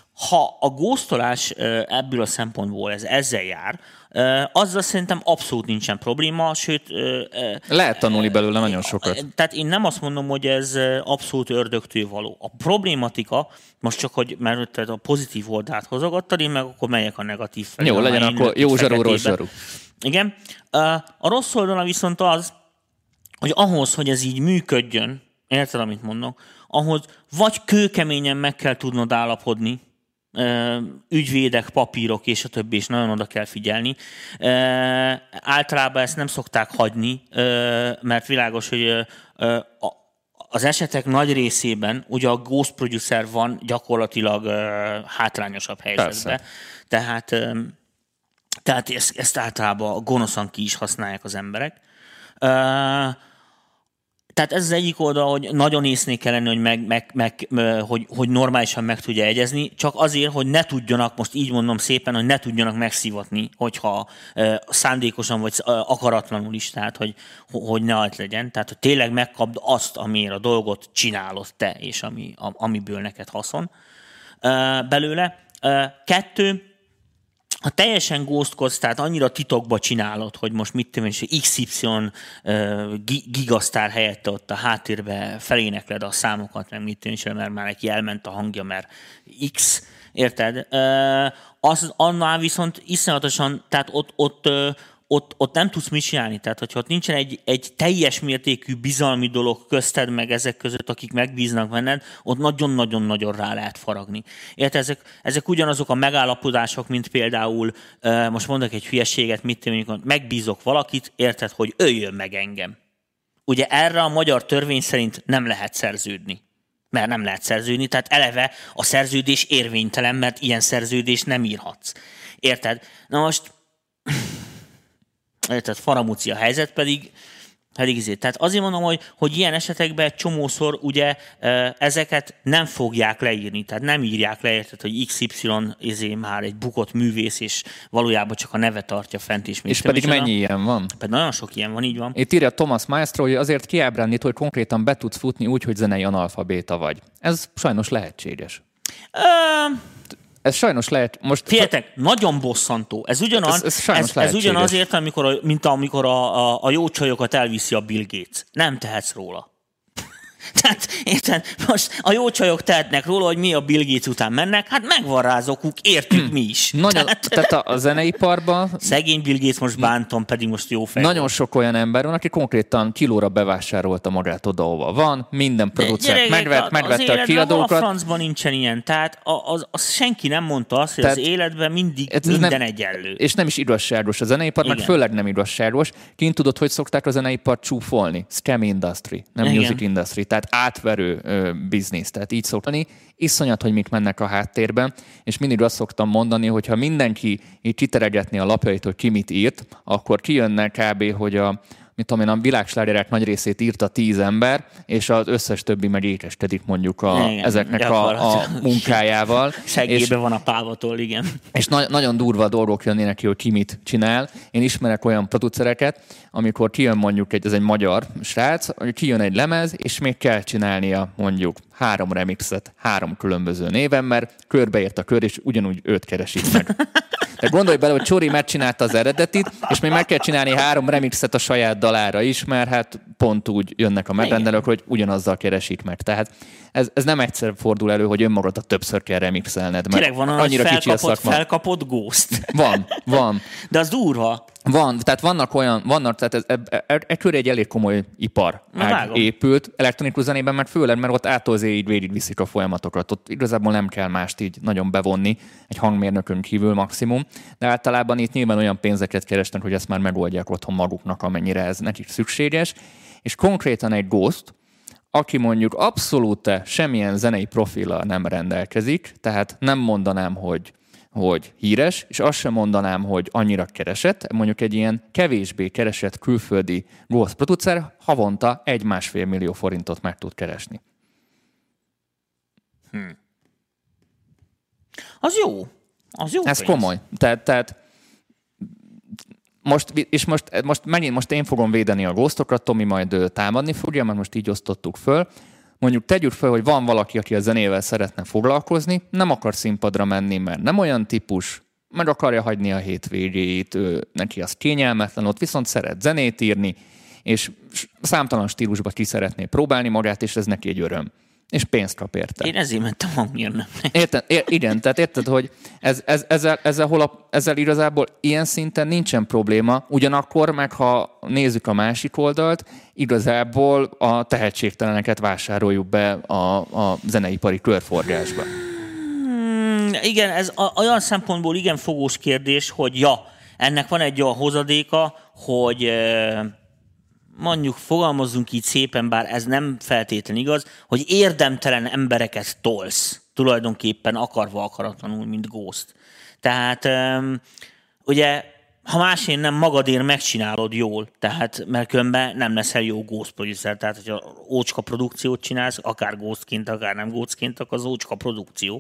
[SPEAKER 3] ha a ghostolás ebből a szempontból ez ezzel jár, azzal szerintem abszolút nincsen probléma, sőt...
[SPEAKER 2] Lehet tanulni belőle nagyon sokat.
[SPEAKER 3] Tehát én nem azt mondom, hogy ez abszolút ördögtől való. A problématika, most csak, hogy mert a pozitív oldalt hozogattad, én meg akkor melyek a negatív felé.
[SPEAKER 2] Jó, legyen akkor jó zsaru, rossz zsaru.
[SPEAKER 3] Igen. A rossz oldala viszont az, hogy ahhoz, hogy ez így működjön, érted, amit mondok, ahhoz vagy kőkeményen meg kell tudnod állapodni, ügyvédek, papírok és a többi, és nagyon oda kell figyelni. E, általában ezt nem szokták hagyni, e, mert világos, hogy e, az esetek nagy részében ugye a ghost producer van gyakorlatilag e, hátrányosabb helyzetben. Tehát, e, tehát ezt, ezt általában gonoszan ki is használják az emberek. E, Tehát ez az egyik oldal, hogy nagyon észnél kell lenni, hogy, meg, meg, meg, hogy, hogy normálisan meg tudja egyezni, csak azért, hogy ne tudjanak, most így mondom szépen, hogy ne tudjanak megszivatni, hogyha szándékosan vagy akaratlanul is, tehát hogy, hogy ne alt legyen. Tehát, hogy tényleg megkapd azt, amiért a dolgot csinálod te, és ami, amiből neked haszon belőle. Kettő, ha teljesen ghostkodsz, tehát annyira titokba csinálod, hogy most mit tudom, és iksz ipszilon uh, gigasztár helyette ott a háttérbe felénekled a számokat, meg mit tudom, mert már neki elment a hangja, mert X, érted? Uh, az annál viszont iszonyatosan, tehát ott, ott, uh, ott, ott nem tudsz mit csinálni. Tehát, hogyha ott nincsen egy, egy teljes mértékű bizalmi dolog közted meg ezek között, akik megbíznak benned, ott nagyon-nagyon-nagyon rá lehet faragni. Érted? Ezek, ezek ugyanazok a megállapodások, mint például, most mondok egy hülyeséget, mit mondjuk, megbízok valakit, érted, hogy öljön meg engem. Ugye erre a magyar törvény szerint nem lehet szerződni. Mert nem lehet szerződni, tehát eleve a szerződés érvénytelen, mert ilyen szerződést nem írhatsz. Érted? Na most, érted, faramúci a helyzet, pedig, pedig izé. Tehát azért mondom, hogy, hogy ilyen esetekben csomószor ugye ezeket nem fogják leírni, tehát nem írják le, érted, hogy iksz ipszilon izé már egy bukott művész, és valójában csak a neve tartja fent is.
[SPEAKER 2] És pedig mennyi ilyen van?
[SPEAKER 3] Pedig nagyon sok ilyen van, így van.
[SPEAKER 2] Itt írja Thomas Maestro, hogy azért kiábrándít, hogy konkrétan be tudsz futni úgy, hogy zenei analfabéta vagy. Ez sajnos lehetséges.
[SPEAKER 3] Uh,
[SPEAKER 2] ez sajnos lehet. Most
[SPEAKER 3] Figyeljetek, nagyon bosszantó. Ez ugyanaz, ez, ez, ez, ez ugyanazért, amikor a, mint amikor a, a, a jó csajokat elviszi a Bill Gates. Nem tehetsz róla. Tehát, érted? Most a jó csajok tehetnek róla, hogy mi a Bill Gates után mennek, hát megvan rá az okuk, értük mi is.
[SPEAKER 2] Nagyon, tehát, tehát a, a zeneiparban...
[SPEAKER 3] Szegény Bill Gates most bántom, pedig most jó fej.
[SPEAKER 2] Nagyon sok olyan ember van, aki konkrétan kilóra bevásárolta magát oda, ahova van, minden producer megvett, megvette a kiadókat.
[SPEAKER 3] Az a francban nincsen ilyen, tehát az, az senki nem mondta azt, hogy tehát az életben mindig ez minden nem, egyenlő.
[SPEAKER 2] És nem is igazságos a zeneipar, meg főleg nem igazságos. Kint tudod, hogy szokták a zeneipart csúfolni? Scam industry, nem Igen. music industry. Tehát átverő ö, biznisz, tehát így szokni. Iszonyat, hogy mik mennek a háttérben, és mindig azt szoktam mondani, hogy ha mindenki így kiteregetné a lapjait, hogy ki mit írt, akkor kijönne kb., hogy a mit tudom én, a világslágerek nagy részét írta tíz ember, és az összes többi meg ékestedik mondjuk a, igen, ezeknek a, a munkájával.
[SPEAKER 3] Seggében van a pávatól, igen.
[SPEAKER 2] És na- nagyon durva dolgok jönnének ki, hogy ki mit csinál. Én ismerek olyan producereket, amikor kijön mondjuk, egy, ez egy magyar srác, hogy kijön egy lemez, és még kell csinálnia mondjuk három remixet, három különböző néven, mert körbeért a kör, és ugyanúgy őt keresik meg. De gondolj bele, hogy Csori megcsinálta az eredetit, és még meg kell csinálni három remixet a saját dalára is, mert hát pont úgy jönnek a megrendelők, hogy ugyanazzal keresik meg. Tehát ez, ez nem egyszer fordul elő, hogy önmagadat többször kell remixelned, mert
[SPEAKER 3] Tényleg van
[SPEAKER 2] annyira
[SPEAKER 3] felkapott,
[SPEAKER 2] kicsi a szakma.
[SPEAKER 3] Felkapott Ghost.
[SPEAKER 2] Van, van.
[SPEAKER 3] De az durva.
[SPEAKER 2] Van, tehát vannak olyan, vannak, tehát ez, e, e, e köré egy elég komoly ipar épült elektronikus zenében, mert főleg, mert ott ától így végigviszik a folyamatokat. Ott igazából nem kell mást így nagyon bevonni, egy hangmérnökön kívül maximum, de általában itt nyilván olyan pénzeket keresnek, hogy ezt már megoldják otthon maguknak, amennyire ez nekik szükséges. És konkrétan egy Ghost, aki mondjuk abszolút semmilyen zenei profillal nem rendelkezik, tehát nem mondanám, hogy hogy híres, és azt sem mondanám, hogy annyira keresett, mondjuk egy ilyen kevésbé keresett külföldi Ghost producer havonta egy-másfél millió forintot meg tud keresni.
[SPEAKER 3] Hmm. Az jó. Az jó
[SPEAKER 2] Ez
[SPEAKER 3] pénz.
[SPEAKER 2] komoly. Tehát, tehát most, és most, most megint most én fogom védeni a Ghostokat, Tomi majd támadni fogja, mert most így osztottuk föl. Mondjuk tegyük fel, hogy van valaki, aki a zenével szeretne foglalkozni, nem akar színpadra menni, mert nem olyan típus, meg akarja hagyni a hétvégéjét, ő, neki az kényelmetlen, ott viszont szeret zenét írni, és számtalan stílusba ki szeretné próbálni magát, és ez neki egy öröm. És pénzt kap érte.
[SPEAKER 3] Én ezért mentem hangmérnöknek.
[SPEAKER 2] Érted, ér, igen, tehát érted, hogy ez, ez, ezzel, ezzel, hol a, ezzel igazából ilyen szinten nincsen probléma, ugyanakkor meg ha nézzük a másik oldalt, igazából a tehetségteleneket vásároljuk be a, a zeneipari körforgásba.
[SPEAKER 3] Hmm, igen, ez a, olyan szempontból igen fogós kérdés, hogy ja, ennek van egy olyan hozadéka, hogy... mondjuk fogalmazzunk így szépen, bár ez nem feltétlenül igaz, hogy érdemtelen embereket tolsz, tulajdonképpen akarva akaratlanul, mint Ghost. Tehát ugye, ha másén nem magadért megcsinálod jól, tehát mert különben nem leszel jó Ghost producer, tehát hogyha ócska produkciót csinálsz, akár Ghostként, akár nem Ghostként, akkor az ócska produkció.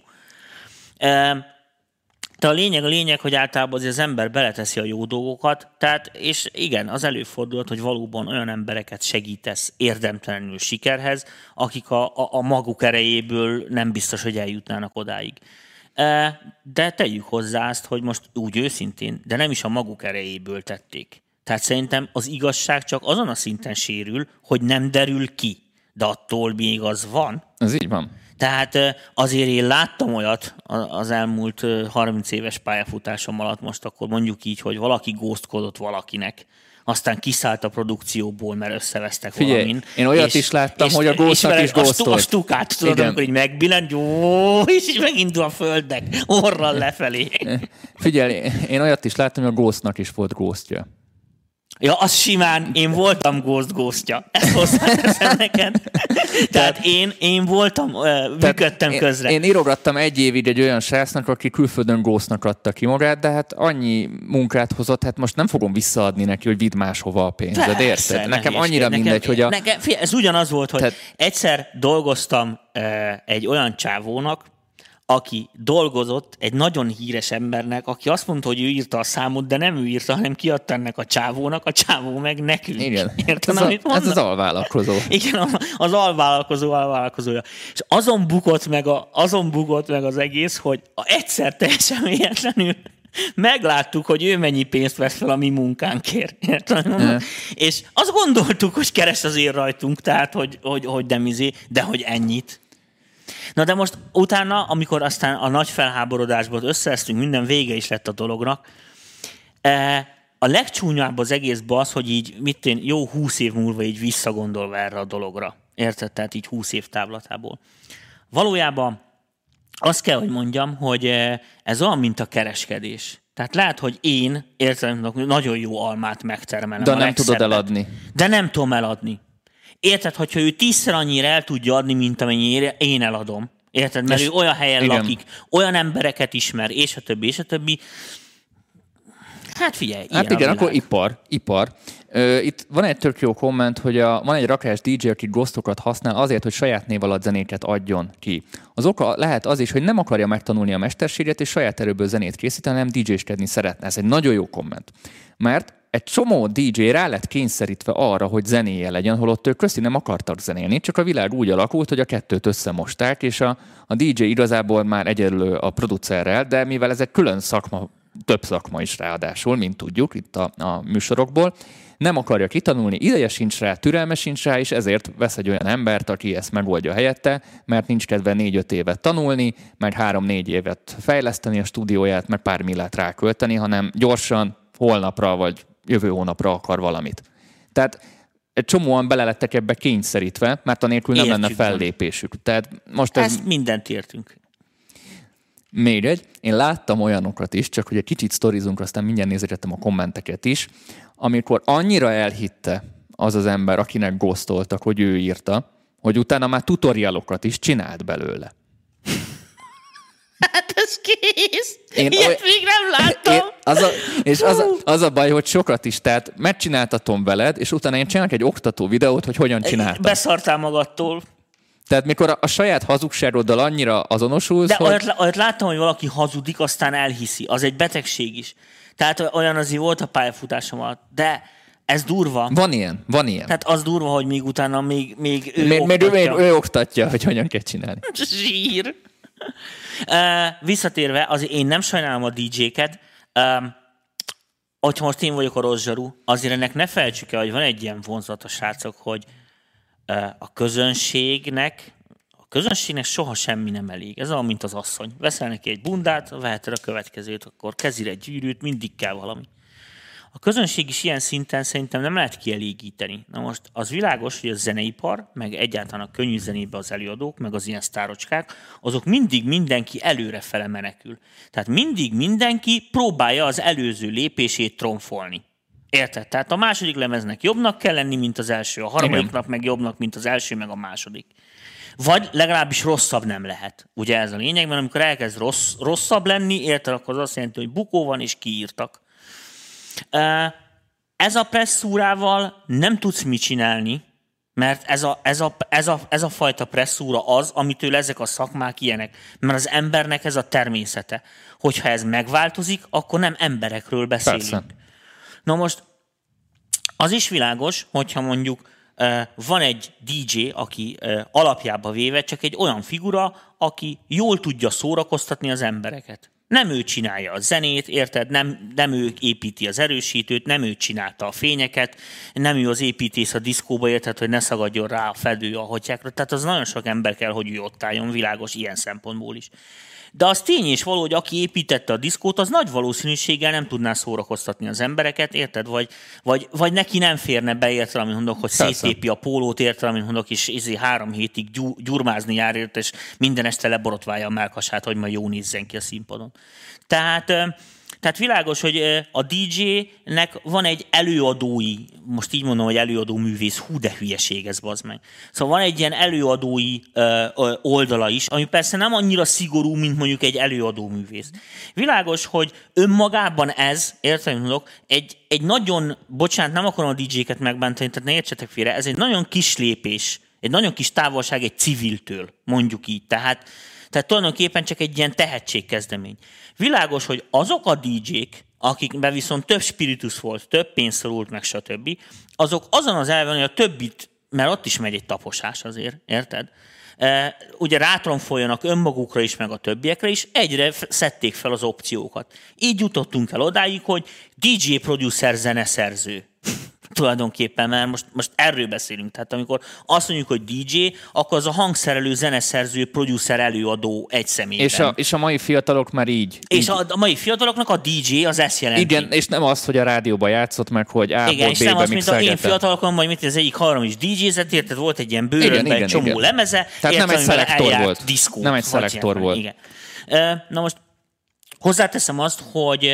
[SPEAKER 3] De a lényeg, a lényeg, hogy általában azért az ember beleteszi a jó dolgokat, tehát, és igen, az előfordulhat, hogy valóban olyan embereket segítesz érdemtelenül sikerhez, akik a, a, a maguk erejéből nem biztos, hogy eljutnának odáig. De tegyük hozzá azt, hogy most úgy őszintén, de nem is a maguk erejéből tették. Tehát szerintem az igazság csak azon a szinten sérül, hogy nem derül ki, de attól még az van.
[SPEAKER 2] Ez így van.
[SPEAKER 3] Tehát azért én láttam olyat az elmúlt harminc éves pályafutásom alatt, most akkor mondjuk így, hogy valaki ghostkodott valakinek, aztán kiszállt a produkcióból, mert összevesztek
[SPEAKER 2] Figyelj,
[SPEAKER 3] valamin.
[SPEAKER 2] én olyat
[SPEAKER 3] és,
[SPEAKER 2] is láttam,
[SPEAKER 3] és,
[SPEAKER 2] hogy a ghostnak is ghostolt.
[SPEAKER 3] A stukát, tudod,
[SPEAKER 2] igen.
[SPEAKER 3] amikor így megbillent, jó, és így megindul a földnek, orral lefelé.
[SPEAKER 2] Figyelj, én olyat is láttam, hogy a ghostnak is volt ghostja.
[SPEAKER 3] Ja, az simán, én voltam ghost ghostja. Ezt hozzáteszem neked. Tehát én, én voltam, működtem
[SPEAKER 2] én,
[SPEAKER 3] közre.
[SPEAKER 2] Én írogattam egy évig egy olyan srácnak, aki külföldön ghostnak adta ki magát, de hát annyi munkát hozott, hát most nem fogom visszaadni neki, hogy vidd máshova a pénzed, érted? Nekem annyira
[SPEAKER 3] nekem,
[SPEAKER 2] mindegy, hogy a...
[SPEAKER 3] Nekem, ez ugyanaz volt, hogy Tehát... egyszer dolgoztam egy olyan csávónak, aki dolgozott egy nagyon híres embernek, aki azt mondta, hogy ő írta a számot, de nem ő írta, hanem kiadta ennek a csávónak, a csávó meg nekünk.
[SPEAKER 2] Igen,
[SPEAKER 3] Értem,
[SPEAKER 2] ez, a, ez az alvállalkozó.
[SPEAKER 3] Igen, az alvállalkozó alvállalkozója. És azon bukott meg, a, azon bukott meg az egész, hogy egyszer teljesen véletlenül megláttuk, hogy ő mennyi pénzt vesz fel a mi munkánkért. Értem? És azt gondoltuk, hogy keres azért rajtunk, tehát, hogy, hogy, hogy nem izé, de hogy ennyit. Na de most utána, amikor aztán a nagy felháborodásból összeesztünk, minden vége is lett a dolognak, a legcsúnyább az egészben az, hogy így mit én, jó húsz év múlva így visszagondolva erre a dologra. Érted? Tehát így húsz év távlatából. Valójában azt kell, hogy mondjam, hogy ez olyan, mint a kereskedés. Tehát lehet, hogy én, értem, nagyon jó almát megtermelem.
[SPEAKER 2] De nem tudod eladni.
[SPEAKER 3] De nem tudom eladni. Érted, hogyha ő tízszer annyira el tudja adni, mint amennyire én eladom. Érted? Mert és ő olyan helyen igen. lakik, olyan embereket ismer, és a többi, és a többi. Hát figyelj,
[SPEAKER 2] hát igen, akkor ipar. ipar. Itt van egy tök jó komment, hogy a, van egy rakás dé dzsé, aki ghostokat használ azért, hogy saját név alatt zenéket adjon ki. Az oka lehet az is, hogy nem akarja megtanulni a mesterséget, és saját erőből zenét készíteni, hanem dé dzséskedni szeretne. Ez egy nagyon jó komment. Mert egy csomó dé dzsé rá lett kényszerítve arra, hogy zenéje legyen, holott ők közti nem akartak zenélni, csak a világ úgy alakult, hogy a kettőt összemosták, és a, a dé dzsé igazából már egyenlő a producerrel, de mivel ez egy külön szakma, több szakma is ráadásul, mint tudjuk itt a, a műsorokból, nem akarja kitanulni, ideje sincs rá, türelme sincs rá, és ezért vesz egy olyan embert, aki ezt megoldja helyette, mert nincs kedve négy-öt évet tanulni, meg három-négy évet fejleszteni a stúdióját, meg pár millát rákölteni, hanem gyorsan, holnapra vagy jövő hónapra akar valamit. Tehát egy csomóan bele lettek ebbe kényszerítve, mert anélkül nem lenne fellépésük. Tehát most ez...
[SPEAKER 3] Ezt mindent értünk.
[SPEAKER 2] Még egy, én láttam olyanokat is, csak hogy egy kicsit sztorizunk, aztán mindjárt nézegettem a kommenteket is, amikor annyira elhitte az az ember, akinek ghostoltak, hogy ő írta, hogy utána már tutorialokat is csinált belőle.
[SPEAKER 3] Hát ez kész! Én Ilyet oly... még nem láttam! Én,
[SPEAKER 2] az a, és az a, az a baj, hogy sokat is, tehát megcsináltatom veled, és utána én csinálok egy oktató videót, hogy hogyan csináltam.
[SPEAKER 3] Beszartál magadtól.
[SPEAKER 2] Tehát mikor a, a saját hazugságoddal annyira azonosulsz,
[SPEAKER 3] De
[SPEAKER 2] hogy...
[SPEAKER 3] olyat, olyat láttam, hogy valaki hazudik, aztán elhiszi. Az egy betegség is. Tehát olyan azért volt a pályafutásom alatt. De ez durva.
[SPEAKER 2] Van ilyen, van ilyen.
[SPEAKER 3] Tehát az durva, hogy még utána még, még ő
[SPEAKER 2] még,
[SPEAKER 3] oktatja.
[SPEAKER 2] Még ő, ő oktatja, hogy hogyan kell csinálni.
[SPEAKER 3] Zsír. Uh, visszatérve, azért én nem sajnálom a dé dzséket. Uh, hogyha most én vagyok a rossz zsaru, azért ennek ne felejtsük el, hogy van egy ilyen vonzat a srácok, hogy uh, a közönségnek a közönségnek soha semmi nem elég. Ez olyan, mint az asszony. Veszel neki egy bundát, veheted a következőt, akkor kezire egy gyűrűt, mindig kell valami. A közönség is ilyen szinten szerintem nem lehet kielégíteni. Na most az világos, hogy a zeneipar, meg egyáltalán a könnyű zenébe az előadók, meg az ilyen sztárocskák, azok mindig mindenki előrefele menekül. Tehát mindig mindenki próbálja az előző lépését tromfolni. Érted? Tehát a második lemeznek jobbnak kell lenni, mint az első, a harmadiknak meg jobbnak, mint az első, meg a második. Vagy legalábbis rosszabb nem lehet. Ugye ez a lényeg, mert amikor elkezd rossz, rosszabb lenni, érted, akkor az azt jelenti, hogy bukó van és kiírtak. Ez a presszúrával nem tudsz mit csinálni, mert ez a, ez a, ez a, ez a fajta presszúra az, amitől ezek a szakmák ilyenek. Mert az embernek ez a természete. Hogyha ez megváltozik, akkor nem emberekről beszélünk. Persze. Na most az is világos, hogyha mondjuk van egy dé dzsé, aki alapjába véve csak egy olyan figura, aki jól tudja szórakoztatni az embereket. Nem ő csinálja a zenét, érted? Nem, nem ő építi az erősítőt, nem ő csinálta a fényeket, nem ő az építész a diszkóba, érted, hogy ne szagadjon rá a fedő a hotyákra. Tehát az nagyon sok ember kell, hogy ő ott álljon, világos ilyen szempontból is. De az tény és való, hogy aki építette a diszkót, az nagy valószínűséggel nem tudná szórakoztatni az embereket, érted? Vagy, vagy, vagy neki nem férne be, érted, amit mondok, hogy széttépi a pólót, érted, amit mondok, és ezért három hétig gyú, gyurmázni jár, érted, és minden este leborotválja a mellkasát, hogy majd jó nézzen ki a színpadon. Tehát... Tehát világos, hogy a dé dzsének van egy előadói, most így mondom, hogy előadó művész, hú de hülyeség ez, bazd meg. Szóval van egy ilyen előadói oldala is, ami persze nem annyira szigorú, mint mondjuk egy előadó művész. Világos, hogy önmagában ez, értem, mondok, egy, egy nagyon, bocsánat, nem akarom a dé dzséket megbántani, tehát ne értsetek félre, ez egy nagyon kis lépés, egy nagyon kis távolság egy civiltől, mondjuk így. Tehát Tehát tulajdonképpen csak egy ilyen tehetségkezdemény. Világos, hogy azok a dé dzsék, akikben viszont több spiritus volt, több pénz szorult meg, stb., azok azon az elven, hogy a többit, mert ott is megy egy taposás azért, érted? E, ugye rátromfoljanak önmagukra is, meg a többiekre is, egyre szedték fel az opciókat. Így jutottunk el odáig, hogy dé dzsé producer zeneszerző. Tulajdonképpen, mert most, most erről beszélünk. Tehát amikor azt mondjuk, hogy dé dzsé, akkor az a hangszerelő, zeneszerző, producer, előadó egy személyben.
[SPEAKER 2] És a, és a mai fiatalok már így.
[SPEAKER 3] És
[SPEAKER 2] így.
[SPEAKER 3] A, a mai fiataloknak a dé dzsé az ezt jelenti.
[SPEAKER 2] Igen, és nem azt, hogy a rádióban játszott meg, hogy A-ból
[SPEAKER 3] igen, és
[SPEAKER 2] B-be
[SPEAKER 3] nem azt, mint a én fiatalokon, vagy mit az egyik hallarom is dé dzsézett, érted, volt egy ilyen bőrönben egy csomó igen. lemeze.
[SPEAKER 2] Tehát
[SPEAKER 3] érted,
[SPEAKER 2] nem egy szelektor volt.
[SPEAKER 3] Diszkót,
[SPEAKER 2] nem egy szelektor volt.
[SPEAKER 3] Igen. Na most hozzáteszem azt, hogy,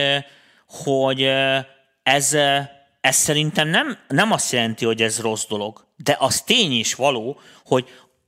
[SPEAKER 3] hogy ez... Ez szerintem nem, nem azt jelenti, hogy ez rossz dolog, de az tény is való, hogy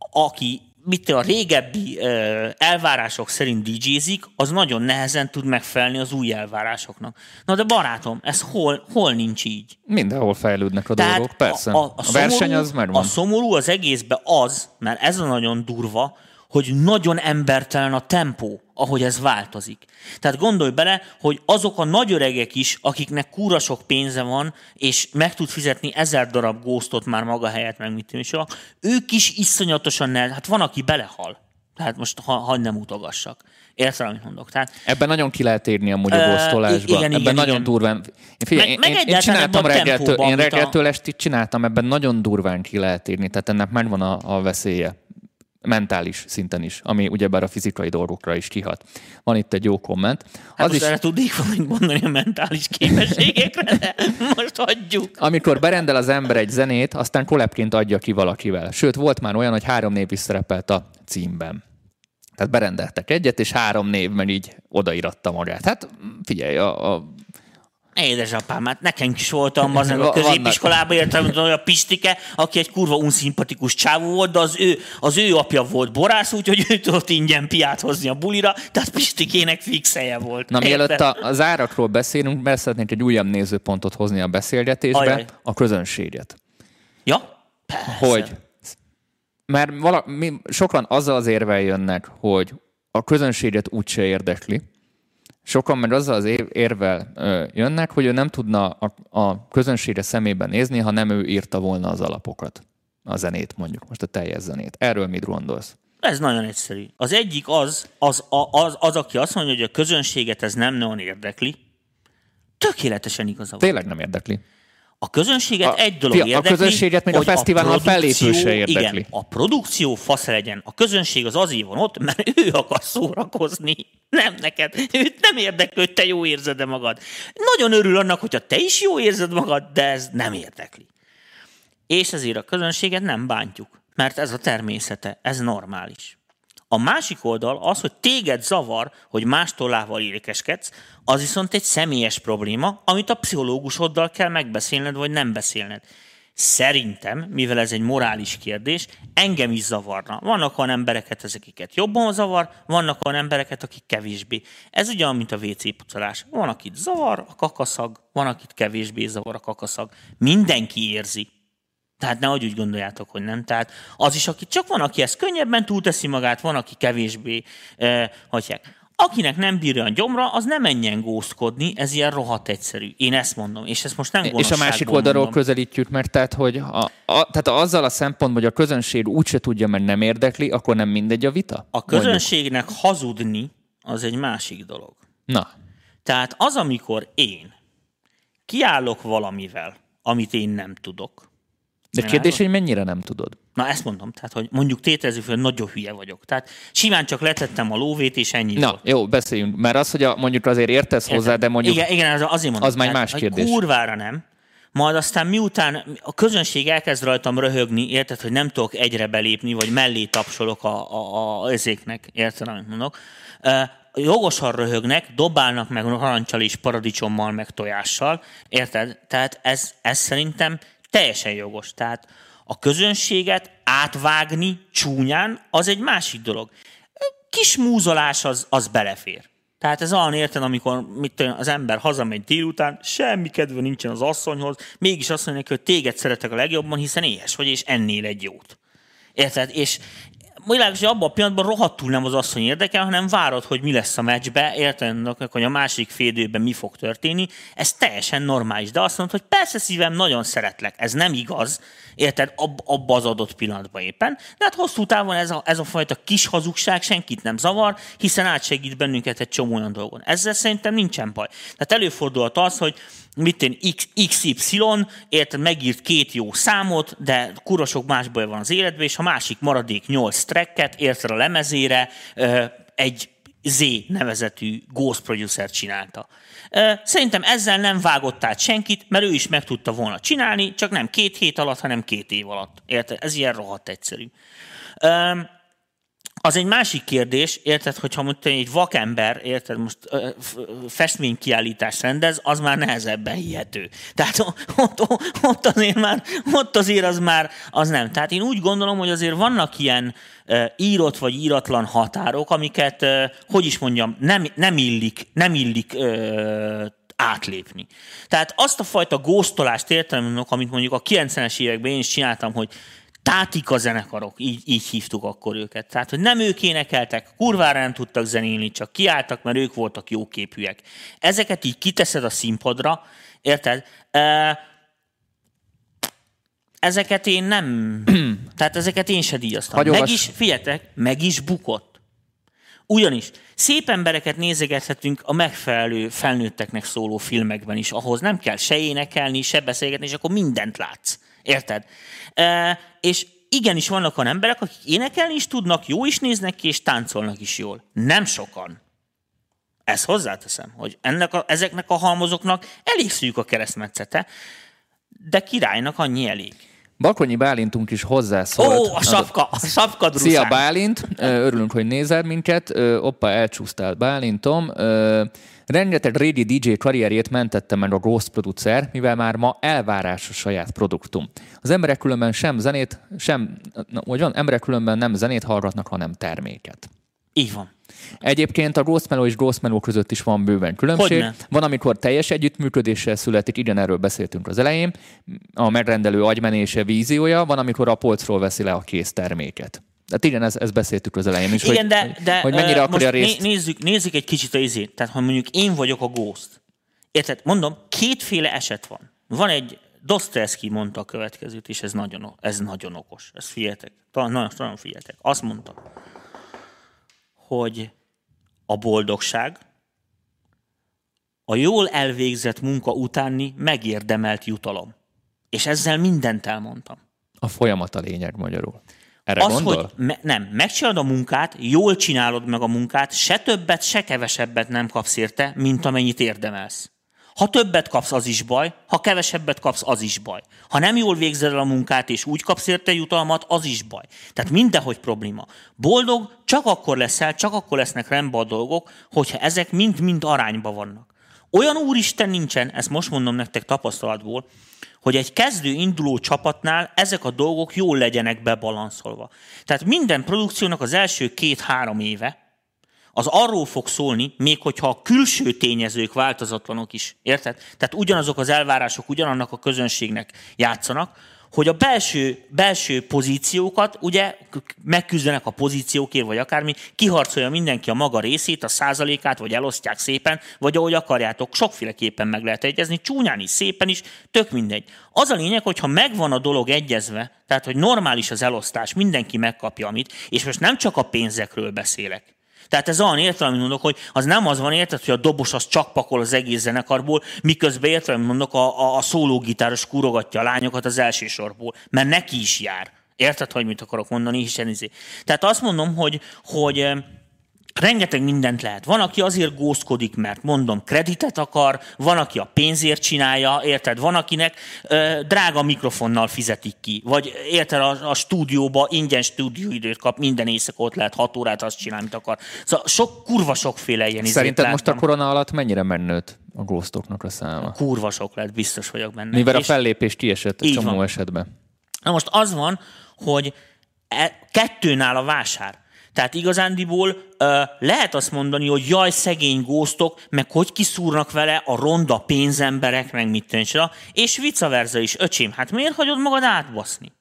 [SPEAKER 3] aki mit a régebbi uh, elvárások szerint dé dzsézik, az nagyon nehezen tud megfelelni az új elvárásoknak. Na de barátom, ez hol, hol nincs így?
[SPEAKER 2] Mindenhol fejlődnek a
[SPEAKER 3] Tehát
[SPEAKER 2] dolgok, persze.
[SPEAKER 3] A, a, a,
[SPEAKER 2] a verseny
[SPEAKER 3] szomorú,
[SPEAKER 2] az megvan.
[SPEAKER 3] A szomorú az egészben az, mert ez a nagyon durva, hogy nagyon embertelen a tempó, ahogy ez változik. Tehát gondolj bele, hogy azok a nagy öregek is, akiknek kúra sok pénze van, és meg tud fizetni ezer darab ghostot már maga helyett, meg mit tudom, ők is iszonyatosan ne, hát van, aki belehal. Tehát most ha, ha nem utogassak. Érted, amit mondok? Tehát,
[SPEAKER 2] ebben nagyon ki lehet érni amúgy a ghostolásba.
[SPEAKER 3] Igen,
[SPEAKER 2] ebben
[SPEAKER 3] igen,
[SPEAKER 2] nagyon
[SPEAKER 3] igen.
[SPEAKER 2] durván. Figyelj,
[SPEAKER 3] meg,
[SPEAKER 2] én,
[SPEAKER 3] meg
[SPEAKER 2] én csináltam reggeltől,
[SPEAKER 3] tempóban,
[SPEAKER 2] én reggeltől
[SPEAKER 3] a...
[SPEAKER 2] estig csináltam, ebben nagyon durván ki lehet érni. Tehát ennek megvan a, a veszélye. Mentális szinten is, ami ugyebár a fizikai dolgokra is kihat. Van itt egy jó komment.
[SPEAKER 3] Hát
[SPEAKER 2] az is,
[SPEAKER 3] erre tudnék valamit mondani a mentális képességekre, de most hagyjuk.
[SPEAKER 2] Amikor berendel az ember egy zenét, aztán kollabként adja ki valakivel. Sőt, volt már olyan, hogy három név is szerepelt a címben. Tehát berendeltek egyet, és három névben így odaíratta magát. Hát figyelj, a... a
[SPEAKER 3] Édesapám, hát nekem is voltam az a középiskolában, értem, hogy a Pistike, aki egy kurva unszimpatikus csávó volt, de az ő, az ő apja volt borász, úgyhogy ő tudott ingyen piát hozni a bulira, tehát Pistikének fix helye volt.
[SPEAKER 2] Na, mielőtt az árakról beszélünk, be szeretnénk egy újabb nézőpontot hozni a beszélgetésbe, Ajaj. a közönséget.
[SPEAKER 3] Ja? Persze.
[SPEAKER 2] Hogy, mert vala, mi, sokan azzal az érvel jönnek, hogy a közönséget úgyse érdekli. Sokan meg azzal az érvel ö, jönnek, hogy ő nem tudna a, a közönségre szemében nézni, ha nem ő írta volna az alapokat. A zenét mondjuk, most a teljes zenét. Erről mit gondolsz?
[SPEAKER 3] Ez nagyon egyszerű. Az egyik az, az, az, az, aki azt mondja, hogy a közönséget ez nem nagyon érdekli, tökéletesen igaza van.
[SPEAKER 2] Tényleg nem érdekli.
[SPEAKER 3] A közönséget a, egy dolog
[SPEAKER 2] fia,
[SPEAKER 3] érdekli,
[SPEAKER 2] a közönséget még a fesztiválon a fellépő se érdekli.
[SPEAKER 3] Igen, a produkció fasz legyen. A közönség az azért van ott, mert ő akar szórakozni. Nem neked. Őt nem érdekli, hogy te jó érzed-e magad. Nagyon örül annak, hogyha te is jó érzed magad, de ez nem érdekli. És ezért a közönséget nem bántjuk, mert ez a természete, ez normális. A másik oldal az, hogy téged zavar, hogy más tollával érekeskedsz, az viszont egy személyes probléma, amit a pszichológusoddal kell megbeszélned, vagy nem beszélned. Szerintem, mivel ez egy morális kérdés, engem is zavarna. Vannak olyan embereket, ezekiket jobban zavar, vannak olyan embereket, akik kevésbé. Ez ugyan, mint a vé cé pucolás. Van, akit zavar a kakaszag, van, akit kevésbé zavar a kakaszag. Mindenki érzi. Tehát nehogy úgy gondoljátok, hogy nem. Tehát az is, aki csak van, aki ezt könnyebben túlteszi magát, van, aki kevésbé eh, hagyják. Akinek nem bírja a gyomra, az nem menjen gózkodni, ez ilyen rohadt egyszerű. Én ezt mondom, és ezt most nem gonoszságból
[SPEAKER 2] És a másik oldalról mondom. Közelítjük, mert tehát, hogy a, a, tehát azzal a szempontból, hogy a közönség úgyse tudja, mert nem érdekli, akkor nem mindegy a vita?
[SPEAKER 3] A közönségnek mondjuk. Hazudni az egy másik dolog.
[SPEAKER 2] Na.
[SPEAKER 3] Tehát az, amikor én kiállok valamivel, amit én nem tudok.
[SPEAKER 2] De kérdés, hogy mennyire nem tudod?
[SPEAKER 3] Na, ezt mondom, tehát, hogy mondjuk tételezzük, hogy nagyon hülye vagyok. Tehát simán csak letettem a lóvét, és ennyi
[SPEAKER 2] Na,
[SPEAKER 3] volt.
[SPEAKER 2] jó, beszéljünk. Mert az, hogy a, mondjuk azért értesz Értem. hozzá, de mondjuk...
[SPEAKER 3] Igen, igen az, azért mondom.
[SPEAKER 2] Az már más kérdés.
[SPEAKER 3] Kurvára nem. Majd aztán miután a közönség elkezd rajtam röhögni, érted, hogy nem tudok egyre belépni, vagy mellé tapsolok a, a, a ezéknek, érted, amit mondok. Uh, jogosan röhögnek, dobálnak meg narancsal és paradicsommal, meg tojással, érted? Tehát ez, ez szerintem teljesen jogos. Tehát a közönséget átvágni csúnyán, az egy másik dolog. Kis múzolás az, az belefér. Tehát ez olyan érted, amikor mit tudom, az ember hazamegy délután, semmi kedve nincsen az asszonyhoz, mégis azt mondja neki, hogy téged szeretek a legjobban, hiszen éhes vagy, és ennél egy jót. Érted? És világos, hogy abban a pillanatban rohadtul nem az asszony érdekel, hanem várod, hogy mi lesz a meccsbe, érted, hogy a másik félidőben mi fog történni. Ez teljesen normális. De azt mondod, hogy persze szívem, nagyon szeretlek. Ez nem igaz, érted, ab, abba az adott pillanatban éppen. De hát hosszú távon ez a, ez a fajta kis hazugság senkit nem zavar, hiszen átsegít bennünket egy csomó olyan dolgon. Ezzel szerintem nincsen baj. Tehát előfordulhat az, hogy mit én iksz ipszilon, érted, megírt két jó számot, de kurva sok más baj van az életben, és a másik maradék nyolc tracket, érted, a lemezére egy Z nevezetű Ghost Producer csinálta. Szerintem ezzel nem vágott át senkit, mert ő is meg tudta volna csinálni, csak nem két hét alatt, hanem két év alatt. Érted? Ez ilyen rohadt egyszerű. Az egy másik kérdés, érted, hogyha mondjuk egy vakember, érted, most festménykiállítást rendez, az már nehezebben hihető. Tehát ott, ott azért már, ott azért az már, az nem. Tehát én úgy gondolom, hogy azért vannak ilyen írott vagy íratlan határok, amiket, hogy is mondjam, nem, nem illik, nem illik ö, átlépni. Tehát azt a fajta góztolást értem, amit mondjuk a kilencvenes években én is csináltam, hogy tátika zenekarok, így, így hívtuk akkor őket. Tehát, hogy nem ők énekeltek, kurvára nem tudtak zenélni, csak kiálltak, mert ők voltak jóképűek. Ezeket így kiteszed a színpadra, érted? Ezeket én nem... tehát ezeket én se díjaztam.
[SPEAKER 2] Hagyolvas...
[SPEAKER 3] Meg is, figyeljetek, meg is bukott. Ugyanis szép embereket nézegethetünk a megfelelő felnőtteknek szóló filmekben is, ahhoz nem kell se énekelni, se beszélgetni, és akkor mindent látsz. Érted? E, és igenis vannak olyan emberek, akik énekelni is tudnak, jó is néznek ki, és táncolnak is jól. Nem sokan. Ezt hozzáteszem, hogy ennek a, ezeknek a halmazoknak elég szűk a keresztmetszete, de királynak annyi elég.
[SPEAKER 2] Bakonyi Bálintunk is hozzászólt.
[SPEAKER 3] Ó, a sapka, a sapka druszán.
[SPEAKER 2] Szia Bálint, örülünk, hogy nézel minket. Oppa, elcsúsztál Bálintom. Rengeteg régi dé dzsé karrierjét mentette meg a Ghost Producer, mivel már ma elvárás a saját produktum. Az emberek különben sem zenét, sem, hogy van, emberek különben nem zenét hallgatnak, hanem terméket.
[SPEAKER 3] Így van.
[SPEAKER 2] Egyébként a Ghost Mellow és Ghost Mellow között is van bőven különbség. Hogyne? Van, amikor teljes együttműködéssel születik, igen, erről beszéltünk az elején, a megrendelő agymenése, víziója, van, amikor a polcról veszi le a kész terméket. Tehát igen, ezt, ezt beszéltük az elején is,
[SPEAKER 3] igen,
[SPEAKER 2] hogy,
[SPEAKER 3] de, de,
[SPEAKER 2] hogy mennyire
[SPEAKER 3] uh,
[SPEAKER 2] akarja
[SPEAKER 3] most
[SPEAKER 2] részt...
[SPEAKER 3] Nézzük, nézzük egy kicsit a izét. Tehát, ha mondjuk én vagyok a Ghost. Érted? Mondom, kétféle eset van. Van egy, Dostoyevsky mondta a következőt, és ez nagyon, ez nagyon okos. Ezt figyeljetek. Nagyon, nagyon figyeljetek. Azt mondta, hogy a boldogság a jól elvégzett munka utáni megérdemelt jutalom. És ezzel mindent elmondtam.
[SPEAKER 2] A folyamat a lényeg magyarul. Erre
[SPEAKER 3] az,
[SPEAKER 2] gondol?
[SPEAKER 3] hogy me- nem, megcsinálod a munkát, jól csinálod meg a munkát, se többet, se kevesebbet nem kapsz érte, mint amennyit érdemelsz. Ha többet kapsz, az is baj, ha kevesebbet kapsz, az is baj. Ha nem jól végzed el a munkát, és úgy kapsz érte jutalmat, az is baj. Tehát mindenhogy probléma. Boldog csak akkor leszel, csak akkor lesznek rendben a dolgok, hogyha ezek mind-mind arányba vannak. Olyan úristen nincsen, ezt most mondom nektek tapasztalatból, hogy egy kezdő induló csapatnál ezek a dolgok jól legyenek bebalanszolva. Tehát minden produkciónak az első két-három éve az arról fog szólni, még hogyha a külső tényezők változatlanok is, érted? Tehát ugyanazok az elvárások ugyanannak a közönségnek játszanak, hogy a belső, belső pozíciókat, ugye megküzdenek a pozíciókért, vagy akármi, kiharcolja mindenki a maga részét, a százalékát, vagy elosztják szépen, vagy ahogy akarjátok, sokféleképpen meg lehet egyezni, csúnyán is, szépen is, tök mindegy. Az a lényeg, hogyha megvan a dolog egyezve, tehát hogy normális az elosztás, mindenki megkapja amit, és most nem csak a pénzekről beszélek. Tehát ez olyan értelem, mondok, hogy az nem az van, érted, hogy a dobos az csak pakol az egész zenekarból, miközben értelem, mondok, a, a, a szólógitáros kúrogatja a lányokat az első sorból, mert neki is jár. Érted, hogy mit akarok mondani? Hiszen Tehát azt mondom, hogy, hogy rengeteg mindent lehet. Van, aki azért gózkodik, mert mondom, kreditet akar, van, aki a pénzért csinálja, érted? Van, akinek ö, drága mikrofonnal fizetik ki, vagy érted, a, a stúdióba ingyen stúdióidőt kap, minden éjszaka ott lehet hat órát azt csinálni, amit akar. Szóval sok, kurva sokféle ilyen izét
[SPEAKER 2] Szerinted
[SPEAKER 3] láttam.
[SPEAKER 2] most a korona alatt mennyire megnőtt a ghostoknak a száma?
[SPEAKER 3] Kurva sok lett, biztos vagyok benne.
[SPEAKER 2] Mivel
[SPEAKER 3] És
[SPEAKER 2] a fellépés kiesett egy csomó
[SPEAKER 3] van.
[SPEAKER 2] esetben.
[SPEAKER 3] Na most az van, hogy e, kettőnál a vásár. Tehát igazándiból uh, lehet azt mondani, hogy jaj, szegény góztok, meg hogy kiszúrnak vele a ronda pénzemberek, meg mit tűncsa, és vice versa is. Öcsém, hát miért hagyod magad átbaszni?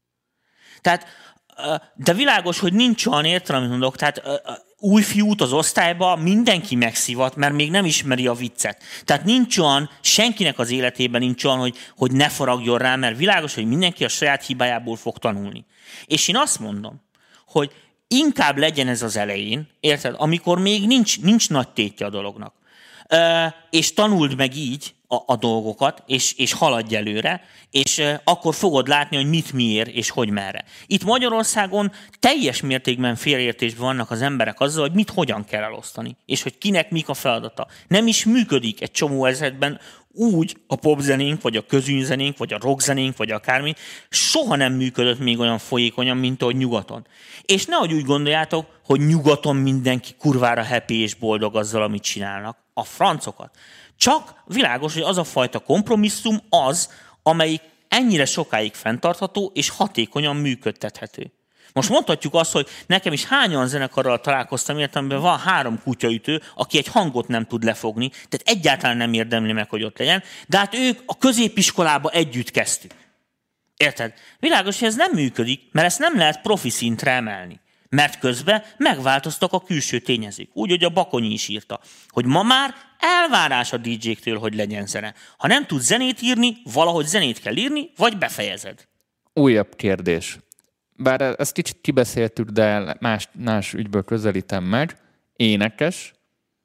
[SPEAKER 3] Tehát, uh, de világos, hogy nincs olyan értelem, amit mondok, tehát uh, új fiút az osztályba mindenki megszivat, mert még nem ismeri a viccet. Tehát nincs olyan, senkinek az életében nincs olyan, hogy, hogy ne faragjon rá, mert világos, hogy mindenki a saját hibájából fog tanulni. És én azt mondom, hogy inkább legyen ez az elején, érted? Amikor még nincs, nincs nagy tétje a dolognak. Ö, és tanuld meg így a, a dolgokat, és, és haladj előre, és ö, akkor fogod látni, hogy mit miért, és hogy merre. Itt Magyarországon teljes mértékben félreértésben vannak az emberek azzal, hogy mit hogyan kell elosztani, és hogy kinek mik a feladata. Nem is működik egy csomó esetben úgy a popzenénk, vagy a közűnzenénk, vagy a rockzenénk, vagy akármi, soha nem működött még olyan folyékonyan, mint ahogy nyugaton. És nehogy úgy gondoljátok, hogy nyugaton mindenki kurvára happy és boldog azzal, amit csinálnak. A francokat. Csak világos, hogy az a fajta kompromisszum az, amelyik ennyire sokáig fenntartható és hatékonyan működtethető. Most mondhatjuk azt, hogy nekem is hányan zenekarral találkoztam, értelemben van három kutyaütő, aki egy hangot nem tud lefogni, tehát egyáltalán nem érdemli meg, hogy ott legyen, de hát ők a középiskolába együtt kezdtük. Érted? Világos, hogy ez nem működik, mert ezt nem lehet profi szintre emelni. Mert közben megváltoztak a külső tényezők. Úgy, hogy a Bakonyi is írta, hogy ma már elvárás a dé jéktől, hogy legyen zene. Ha nem tudsz zenét írni, valahogy zenét kell írni, vagy befejezed.
[SPEAKER 2] Újabb kérdés. Bár ezt kicsit kibeszéltük, de más, más ügyből közelítem meg. Énekes,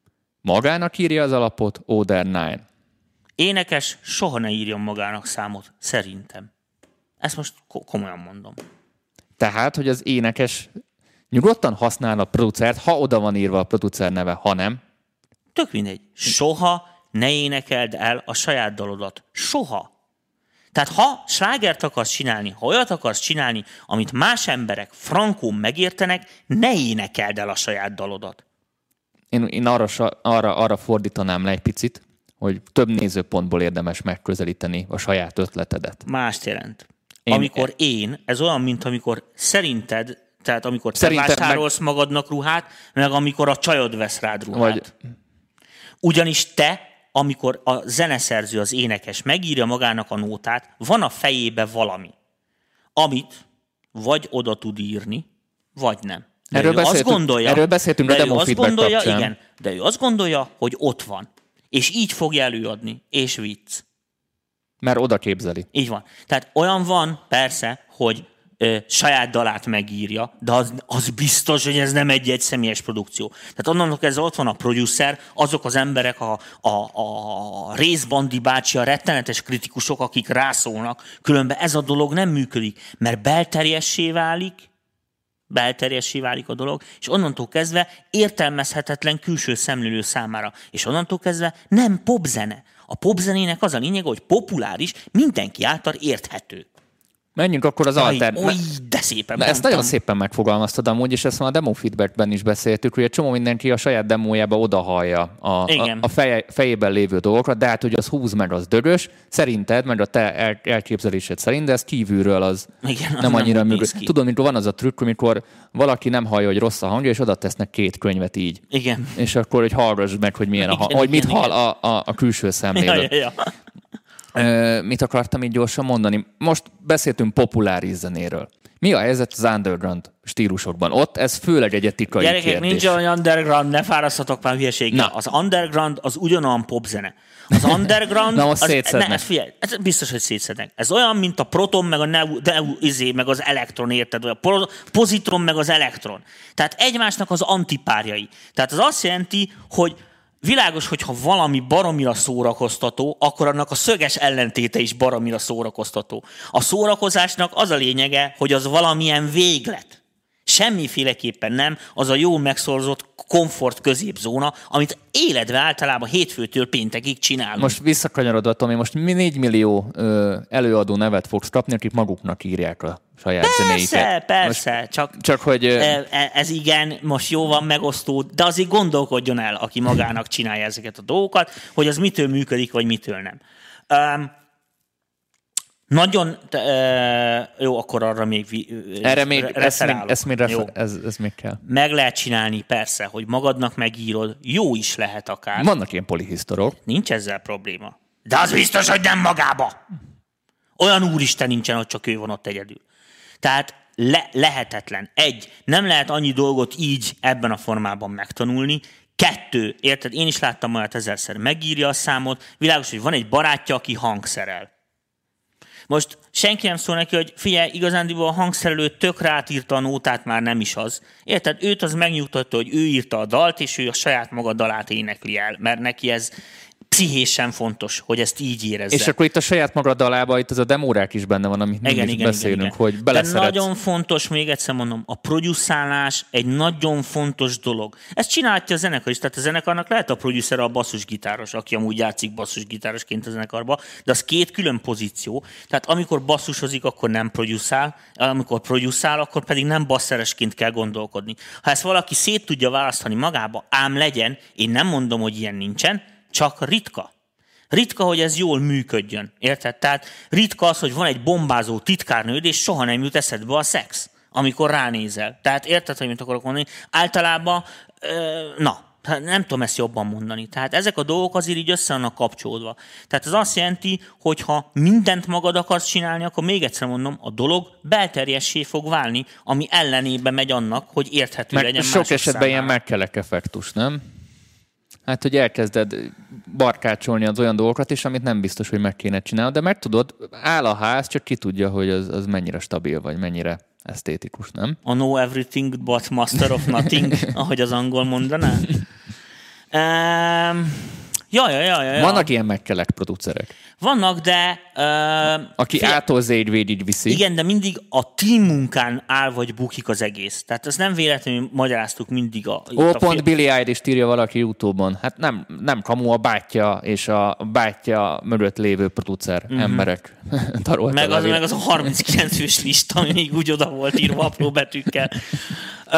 [SPEAKER 2] magának írja az alapot, Oder Nine.
[SPEAKER 3] Énekes soha ne írjon magának számot, szerintem. Ezt most komolyan mondom.
[SPEAKER 2] Tehát, hogy az énekes nyugodtan használ a producert, ha oda van írva a producer neve, ha nem.
[SPEAKER 3] Tök mindegy. Soha ne énekeld el a saját dalodat. Soha. Tehát ha slágert akarsz csinálni, ha olyat akarsz csinálni, amit más emberek frankón megértenek, ne énekeld el a saját dalodat.
[SPEAKER 2] Én, én arra, arra, arra fordítanám le egy picit, hogy több nézőpontból érdemes megközelíteni a saját ötletedet.
[SPEAKER 3] Mást jelent.
[SPEAKER 2] Én,
[SPEAKER 3] amikor én, ez olyan, mint amikor szerinted, tehát amikor te
[SPEAKER 2] Szerinted
[SPEAKER 3] vásárolsz meg... magadnak ruhát, meg amikor a csajod vesz rád ruhát. Vagy... Ugyanis te, amikor a zeneszerző, az énekes megírja magának a nótát, van a fejébe valami, amit vagy oda tud írni, vagy nem. De
[SPEAKER 2] erről,
[SPEAKER 3] ő
[SPEAKER 2] beszéltünk,
[SPEAKER 3] azt gondolja,
[SPEAKER 2] erről beszéltünk
[SPEAKER 3] de
[SPEAKER 2] a demo
[SPEAKER 3] azt
[SPEAKER 2] feedback
[SPEAKER 3] gondolja,
[SPEAKER 2] kapcsán.
[SPEAKER 3] igen, de ő azt gondolja, hogy ott van. És így fogja előadni. És vicc.
[SPEAKER 2] Mert oda képzeli.
[SPEAKER 3] Így van. Tehát olyan van, persze, hogy ö, saját dalát megírja, de az, az biztos, hogy ez nem egy egyszemélyes produkció. Tehát onnantól kezdve ott van a producer, azok az emberek, a, a, a Részbandi bácsi, a rettenetes kritikusok, akik rászólnak, különben ez a dolog nem működik, mert belterjessé válik, belterjessé válik a dolog, és onnantól kezdve értelmezhetetlen külső szemlélő számára. És onnantól kezdve nem popzene. A popzenének az a lényeg, hogy populáris, mindenki által érthető.
[SPEAKER 2] Menjünk akkor az alter...
[SPEAKER 3] Oly, de szépen
[SPEAKER 2] de ezt nagyon szépen megfogalmaztad amúgy, és ezt már a demo feedbackben is beszéltük, hogy egy csomó mindenki a saját demójába odahallja a, a, a fej, fejében lévő dolgokat, de hát, hogy az húz meg, az dögös, szerinted, meg a te el, elképzelésed szerint, de ez kívülről az
[SPEAKER 3] igen,
[SPEAKER 2] nem
[SPEAKER 3] az
[SPEAKER 2] annyira
[SPEAKER 3] nem
[SPEAKER 2] működik. Tudod, mikor van az a trükk, amikor valaki nem hallja, hogy rossz a hangja, és oda tesznek két könyvet így.
[SPEAKER 3] Igen.
[SPEAKER 2] És akkor, hogy hallgass meg, hogy milyen
[SPEAKER 3] igen,
[SPEAKER 2] a,
[SPEAKER 3] igen,
[SPEAKER 2] hogy mit
[SPEAKER 3] igen,
[SPEAKER 2] hall a, a, a külső szemlélő.
[SPEAKER 3] Ja, ja, ja.
[SPEAKER 2] Mit akartam így gyorsan mondani? Most beszéltünk populáris zenéről. Mi a helyzet az underground stílusokban? Ott ez főleg egy etikai
[SPEAKER 3] Gyerekek,
[SPEAKER 2] kérdés.
[SPEAKER 3] nincs olyan underground, ne fárasztatok már hülyeséggel. Az underground az ugyanolyan popzene. Az underground...
[SPEAKER 2] Na, most
[SPEAKER 3] az,
[SPEAKER 2] szétszednek.
[SPEAKER 3] ne, ez figyelj, ez biztos, hogy szétszednek. Ez olyan, mint a proton, meg a neu, neu, izé, meg az elektron, érted? Vagy a pozitron, meg az elektron. Tehát egymásnak az antipárjai. Tehát az azt jelenti, hogy világos, hogyha valami baromira szórakoztató, akkor annak a szöges ellentéte is baromira szórakoztató. A szórakozásnak az a lényege, hogy az valamilyen véglet. Semmiféleképpen nem az a jó megszorzott komfort középzóna, amit életben általában hétfőtől péntekig csinálunk.
[SPEAKER 2] Most visszakanyarodva, Tomi, most négy millió ö, előadó nevet fogsz kapni, akik maguknak írják a saját
[SPEAKER 3] persze,
[SPEAKER 2] zenéiket.
[SPEAKER 3] Persze, persze,
[SPEAKER 2] most,
[SPEAKER 3] csak,
[SPEAKER 2] csak hogy... Ö...
[SPEAKER 3] ez igen, most jó van megosztó, de azért gondolkodjon el, aki magának csinálja ezeket a dolgokat, hogy az mitől működik, vagy mitől nem. Um, Nagyon, te, jó, akkor arra még
[SPEAKER 2] Erre még, ez még, ez még,
[SPEAKER 3] refer,
[SPEAKER 2] ez, ez még kell.
[SPEAKER 3] Meg lehet csinálni, persze, hogy magadnak megírod, jó is lehet akár.
[SPEAKER 2] Vannak ilyen polihisztorok.
[SPEAKER 3] Nincs ezzel probléma. De az biztos, hogy nem magába. Olyan úristen nincsen, hogy csak ő van ott egyedül. Tehát le, lehetetlen. Egy, nem lehet annyi dolgot így ebben a formában megtanulni. Kettő, érted, én is láttam olyat ezerszer, megírja a számot, világos, hogy van egy barátja, aki hangszerel. Most senki nem szól neki, hogy figyelj, igazándiból a hangszerelő tök rátírta a nótát, már nem is az. Érted? Őt az megnyugtatta, hogy ő írta a dalt, és ő a saját maga dalát énekli el, mert neki ez pszichésen fontos, hogy ezt így érezze.
[SPEAKER 2] És akkor itt a saját maga dalába, itt az a demórák is benne van, amit mindig igen, beszélünk, igen, igen. hogy beleszeretsz.
[SPEAKER 3] De nagyon fontos, még egyszer mondom, a producálás egy nagyon fontos dolog. Ezt csinálja a zenekar is, tehát a zenekarnak lehet a producer a basszusgitáros, aki amúgy játszik basszusgitárosként a zenekarba, de az két külön pozíció. Tehát amikor basszusozik, akkor nem producál, amikor producál, akkor pedig nem basszeresként kell gondolkodni. Ha ezt valaki szét tudja választani magába, ám legyen, én nem mondom, hogy ilyen nincsen, csak ritka. Ritka, hogy ez jól működjön. Érted? Tehát ritka az, hogy van egy bombázó titkárnőd, és soha nem jut eszedbe a szex, amikor ránézel. Tehát érted, hogy mit akarok mondani? Általában, na, nem tudom ezt jobban mondani. Tehát ezek a dolgok azért így össze vannak kapcsolódva. Tehát ez azt jelenti, hogy ha mindent magad akarsz csinálni, akkor még egyszer mondom, a dolog belterjessé fog válni, ami ellenébe megy annak, hogy érthető
[SPEAKER 2] meg
[SPEAKER 3] legyen
[SPEAKER 2] sok
[SPEAKER 3] mások
[SPEAKER 2] esetben
[SPEAKER 3] számára.
[SPEAKER 2] Ilyen megkelek effektus, nem? Hát, hogy elkezded barkácsolni az olyan dolgokat is, amit nem biztos, hogy meg kéne csinálni, de meg tudod, áll a ház, csak ki tudja, hogy az, az mennyire stabil, vagy mennyire esztétikus, nem?
[SPEAKER 3] A know everything but master of nothing, ahogy az angol mondaná. Um, ja, ja, ja, ja.
[SPEAKER 2] Vannak ilyen megkelek producerek.
[SPEAKER 3] Vannak, de... Uh,
[SPEAKER 2] Aki ától zégyvéd így viszi.
[SPEAKER 3] Igen, de mindig a team munkán áll vagy bukik az egész. Tehát ezt nem véletlenül magyaráztuk mindig a...
[SPEAKER 2] Ó, pont Billie Eilish írja valaki YouTube-on. Hát nem, nem kamu a bátyja és a bátyja mögött lévő producer mm-hmm. emberek.
[SPEAKER 3] meg, az, meg az a harminckilenc fős lista, ami még úgy oda volt írva apró betűkkel. Uh,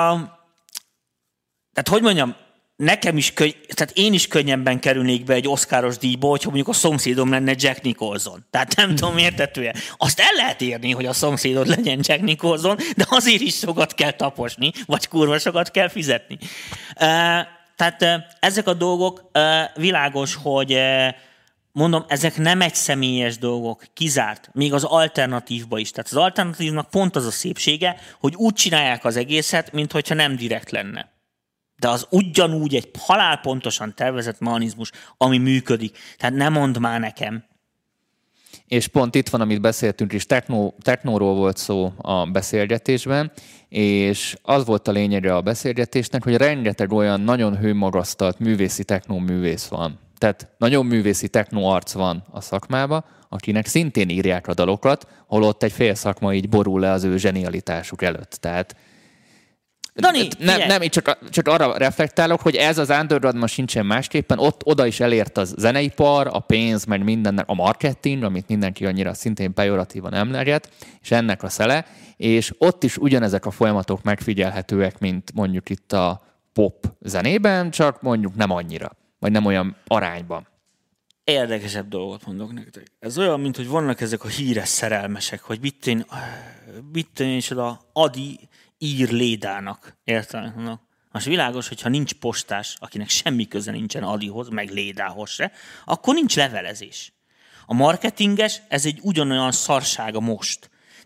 [SPEAKER 3] tehát hogy mondjam, nekem is könny, tehát én is könnyebben kerülnék be egy oszkáros díjba, hogyha mondjuk a szomszédom lenne Jack Nicholson. Tehát nem tudom, értetően. Azt el lehet érni, hogy a szomszédod legyen Jack Nicholson, de azért is sokat kell taposni, vagy kurva sokat kell fizetni. Uh, tehát uh, ezek a dolgok uh, világos, hogy uh, mondom, ezek nem egy személyes dolgok, kizárt, még az alternatívba is. Tehát az alternatívnak pont az a szépsége, hogy úgy csinálják az egészet, minthogyha nem direkt lenne. De az ugyanúgy egy halálpontosan tervezett mechanizmus, ami működik. Tehát ne mondd már nekem.
[SPEAKER 2] És pont itt van, amit beszéltünk is, techno, technóról volt szó a beszélgetésben, és az volt a lényege a beszélgetésnek, hogy rengeteg olyan nagyon hőmagasztalt művészi technó művész van. Tehát nagyon művészi technó arc van a szakmában, akinek szintén írják a dalokat, holott egy fél szakma így borul le az ő zsenialitásuk előtt. Tehát
[SPEAKER 3] Dani,
[SPEAKER 2] nem, nem, csak, csak arra reflektálok, hogy ez az underground most sincsen másképpen, ott oda is elért a zeneipar, a pénz, meg mindennek a marketing, amit mindenki annyira szintén pejoratívan emleget, és ennek a szele, és ott is ugyanezek a folyamatok megfigyelhetőek, mint mondjuk itt a pop zenében, csak mondjuk nem annyira, vagy nem olyan arányban.
[SPEAKER 3] Érdekesebb dolgot mondok nektek. Ez olyan, mint hogy vannak ezek a híres szerelmesek, hogy mit én, mit én és oda Adi ír Lédának. Érted? Most világos, hogyha nincs postás, akinek semmi köze nincsen Adihoz, meg Lédához se, akkor nincs levelezés. A marketinges, ez egy ugyanolyan szarsága most.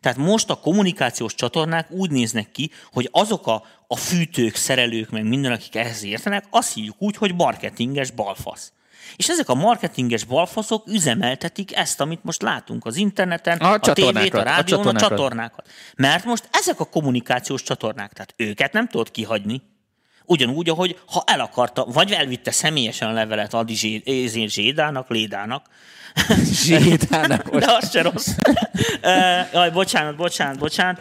[SPEAKER 3] Tehát most a kommunikációs csatornák úgy néznek ki, hogy azok a, a fűtők, szerelők, meg minden, akik ehhez értenek, azt hívjuk úgy, hogy marketinges balfasz. És ezek a marketinges balfaszok üzemeltetik ezt, amit most látunk az interneten, a, a tévét, a rádión, a, a csatornákat. Mert most ezek a kommunikációs csatornák, tehát őket nem tudod kihagyni. Ugyanúgy, ahogy ha el akarta, vagy elvitte személyesen a levelet Adi Zsédának, Lédának.
[SPEAKER 2] Zsédának.
[SPEAKER 3] De az se rossz. Jaj, bocsánat, bocsánat, bocsánat.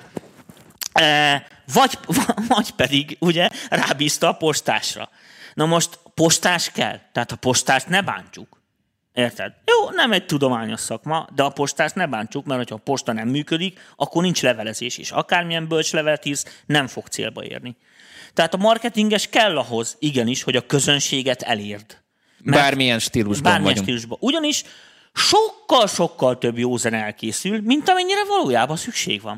[SPEAKER 3] Vagy, vagy pedig, ugye, rábízta a postásra. Na most postás kell, tehát a postást ne bántsuk. Érted? Jó, nem egy tudományos szakma, de a postást ne bántsuk, mert ha a posta nem működik, akkor nincs levelezés is. Akármilyen bölcs levelet írsz, nem fog célba érni. Tehát a marketinges kell ahhoz, igenis, hogy a közönséget elérd.
[SPEAKER 2] Mert bármilyen stílusban
[SPEAKER 3] bármilyen
[SPEAKER 2] vagyunk.
[SPEAKER 3] Stílusban. Ugyanis sokkal-sokkal több jó zene elkészül, mint amennyire valójában szükség van.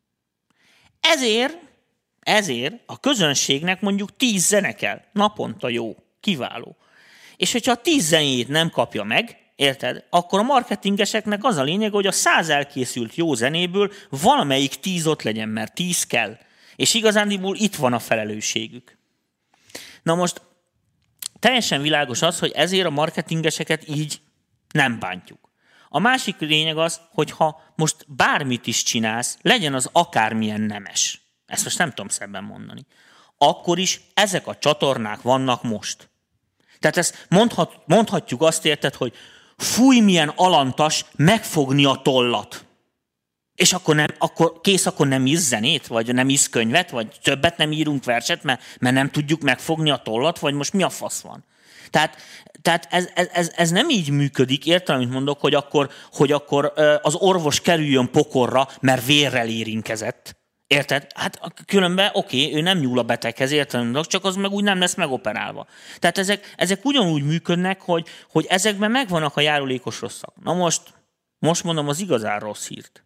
[SPEAKER 3] Ezért, ezért a közönségnek mondjuk tíz zene kell. Naponta jó, kiváló. És hogyha a tíz zenét nem kapja meg, érted? Akkor a marketingeseknek az a lényeg, hogy a száz elkészült jó zenéből valamelyik tíz ott legyen, mert tíz kell. És igazándiból itt van a felelősségük. Na most teljesen világos az, hogy ezért a marketingeseket így nem bántjuk. A másik lényeg az, hogy ha most bármit is csinálsz, legyen az akármilyen nemes. Ezt most nem tudom szebben mondani. Akkor is ezek a csatornák vannak most. Tehát ezt mondhat, mondhatjuk azt érted, hogy fúj, milyen alantas megfogni a tollat. És akkor, nem, akkor kész, akkor nem írsz zenét, vagy nem írsz könyvet, vagy többet nem írunk verset, mert, mert nem tudjuk megfogni a tollat, vagy most mi a fasz van. Tehát, tehát ez, ez, ez nem így működik, értem, amit mondok, hogy akkor, hogy akkor az orvos kerüljön pokorra, mert vérrel érinkezett. Érted? Hát különben oké, okay, ő nem nyúl a beteghez, értem, csak az meg úgy nem lesz megoperálva. Tehát ezek, ezek ugyanúgy működnek, hogy, hogy ezekben megvannak a járulékos rosszak. Na most, most mondom az igazán rossz hírt.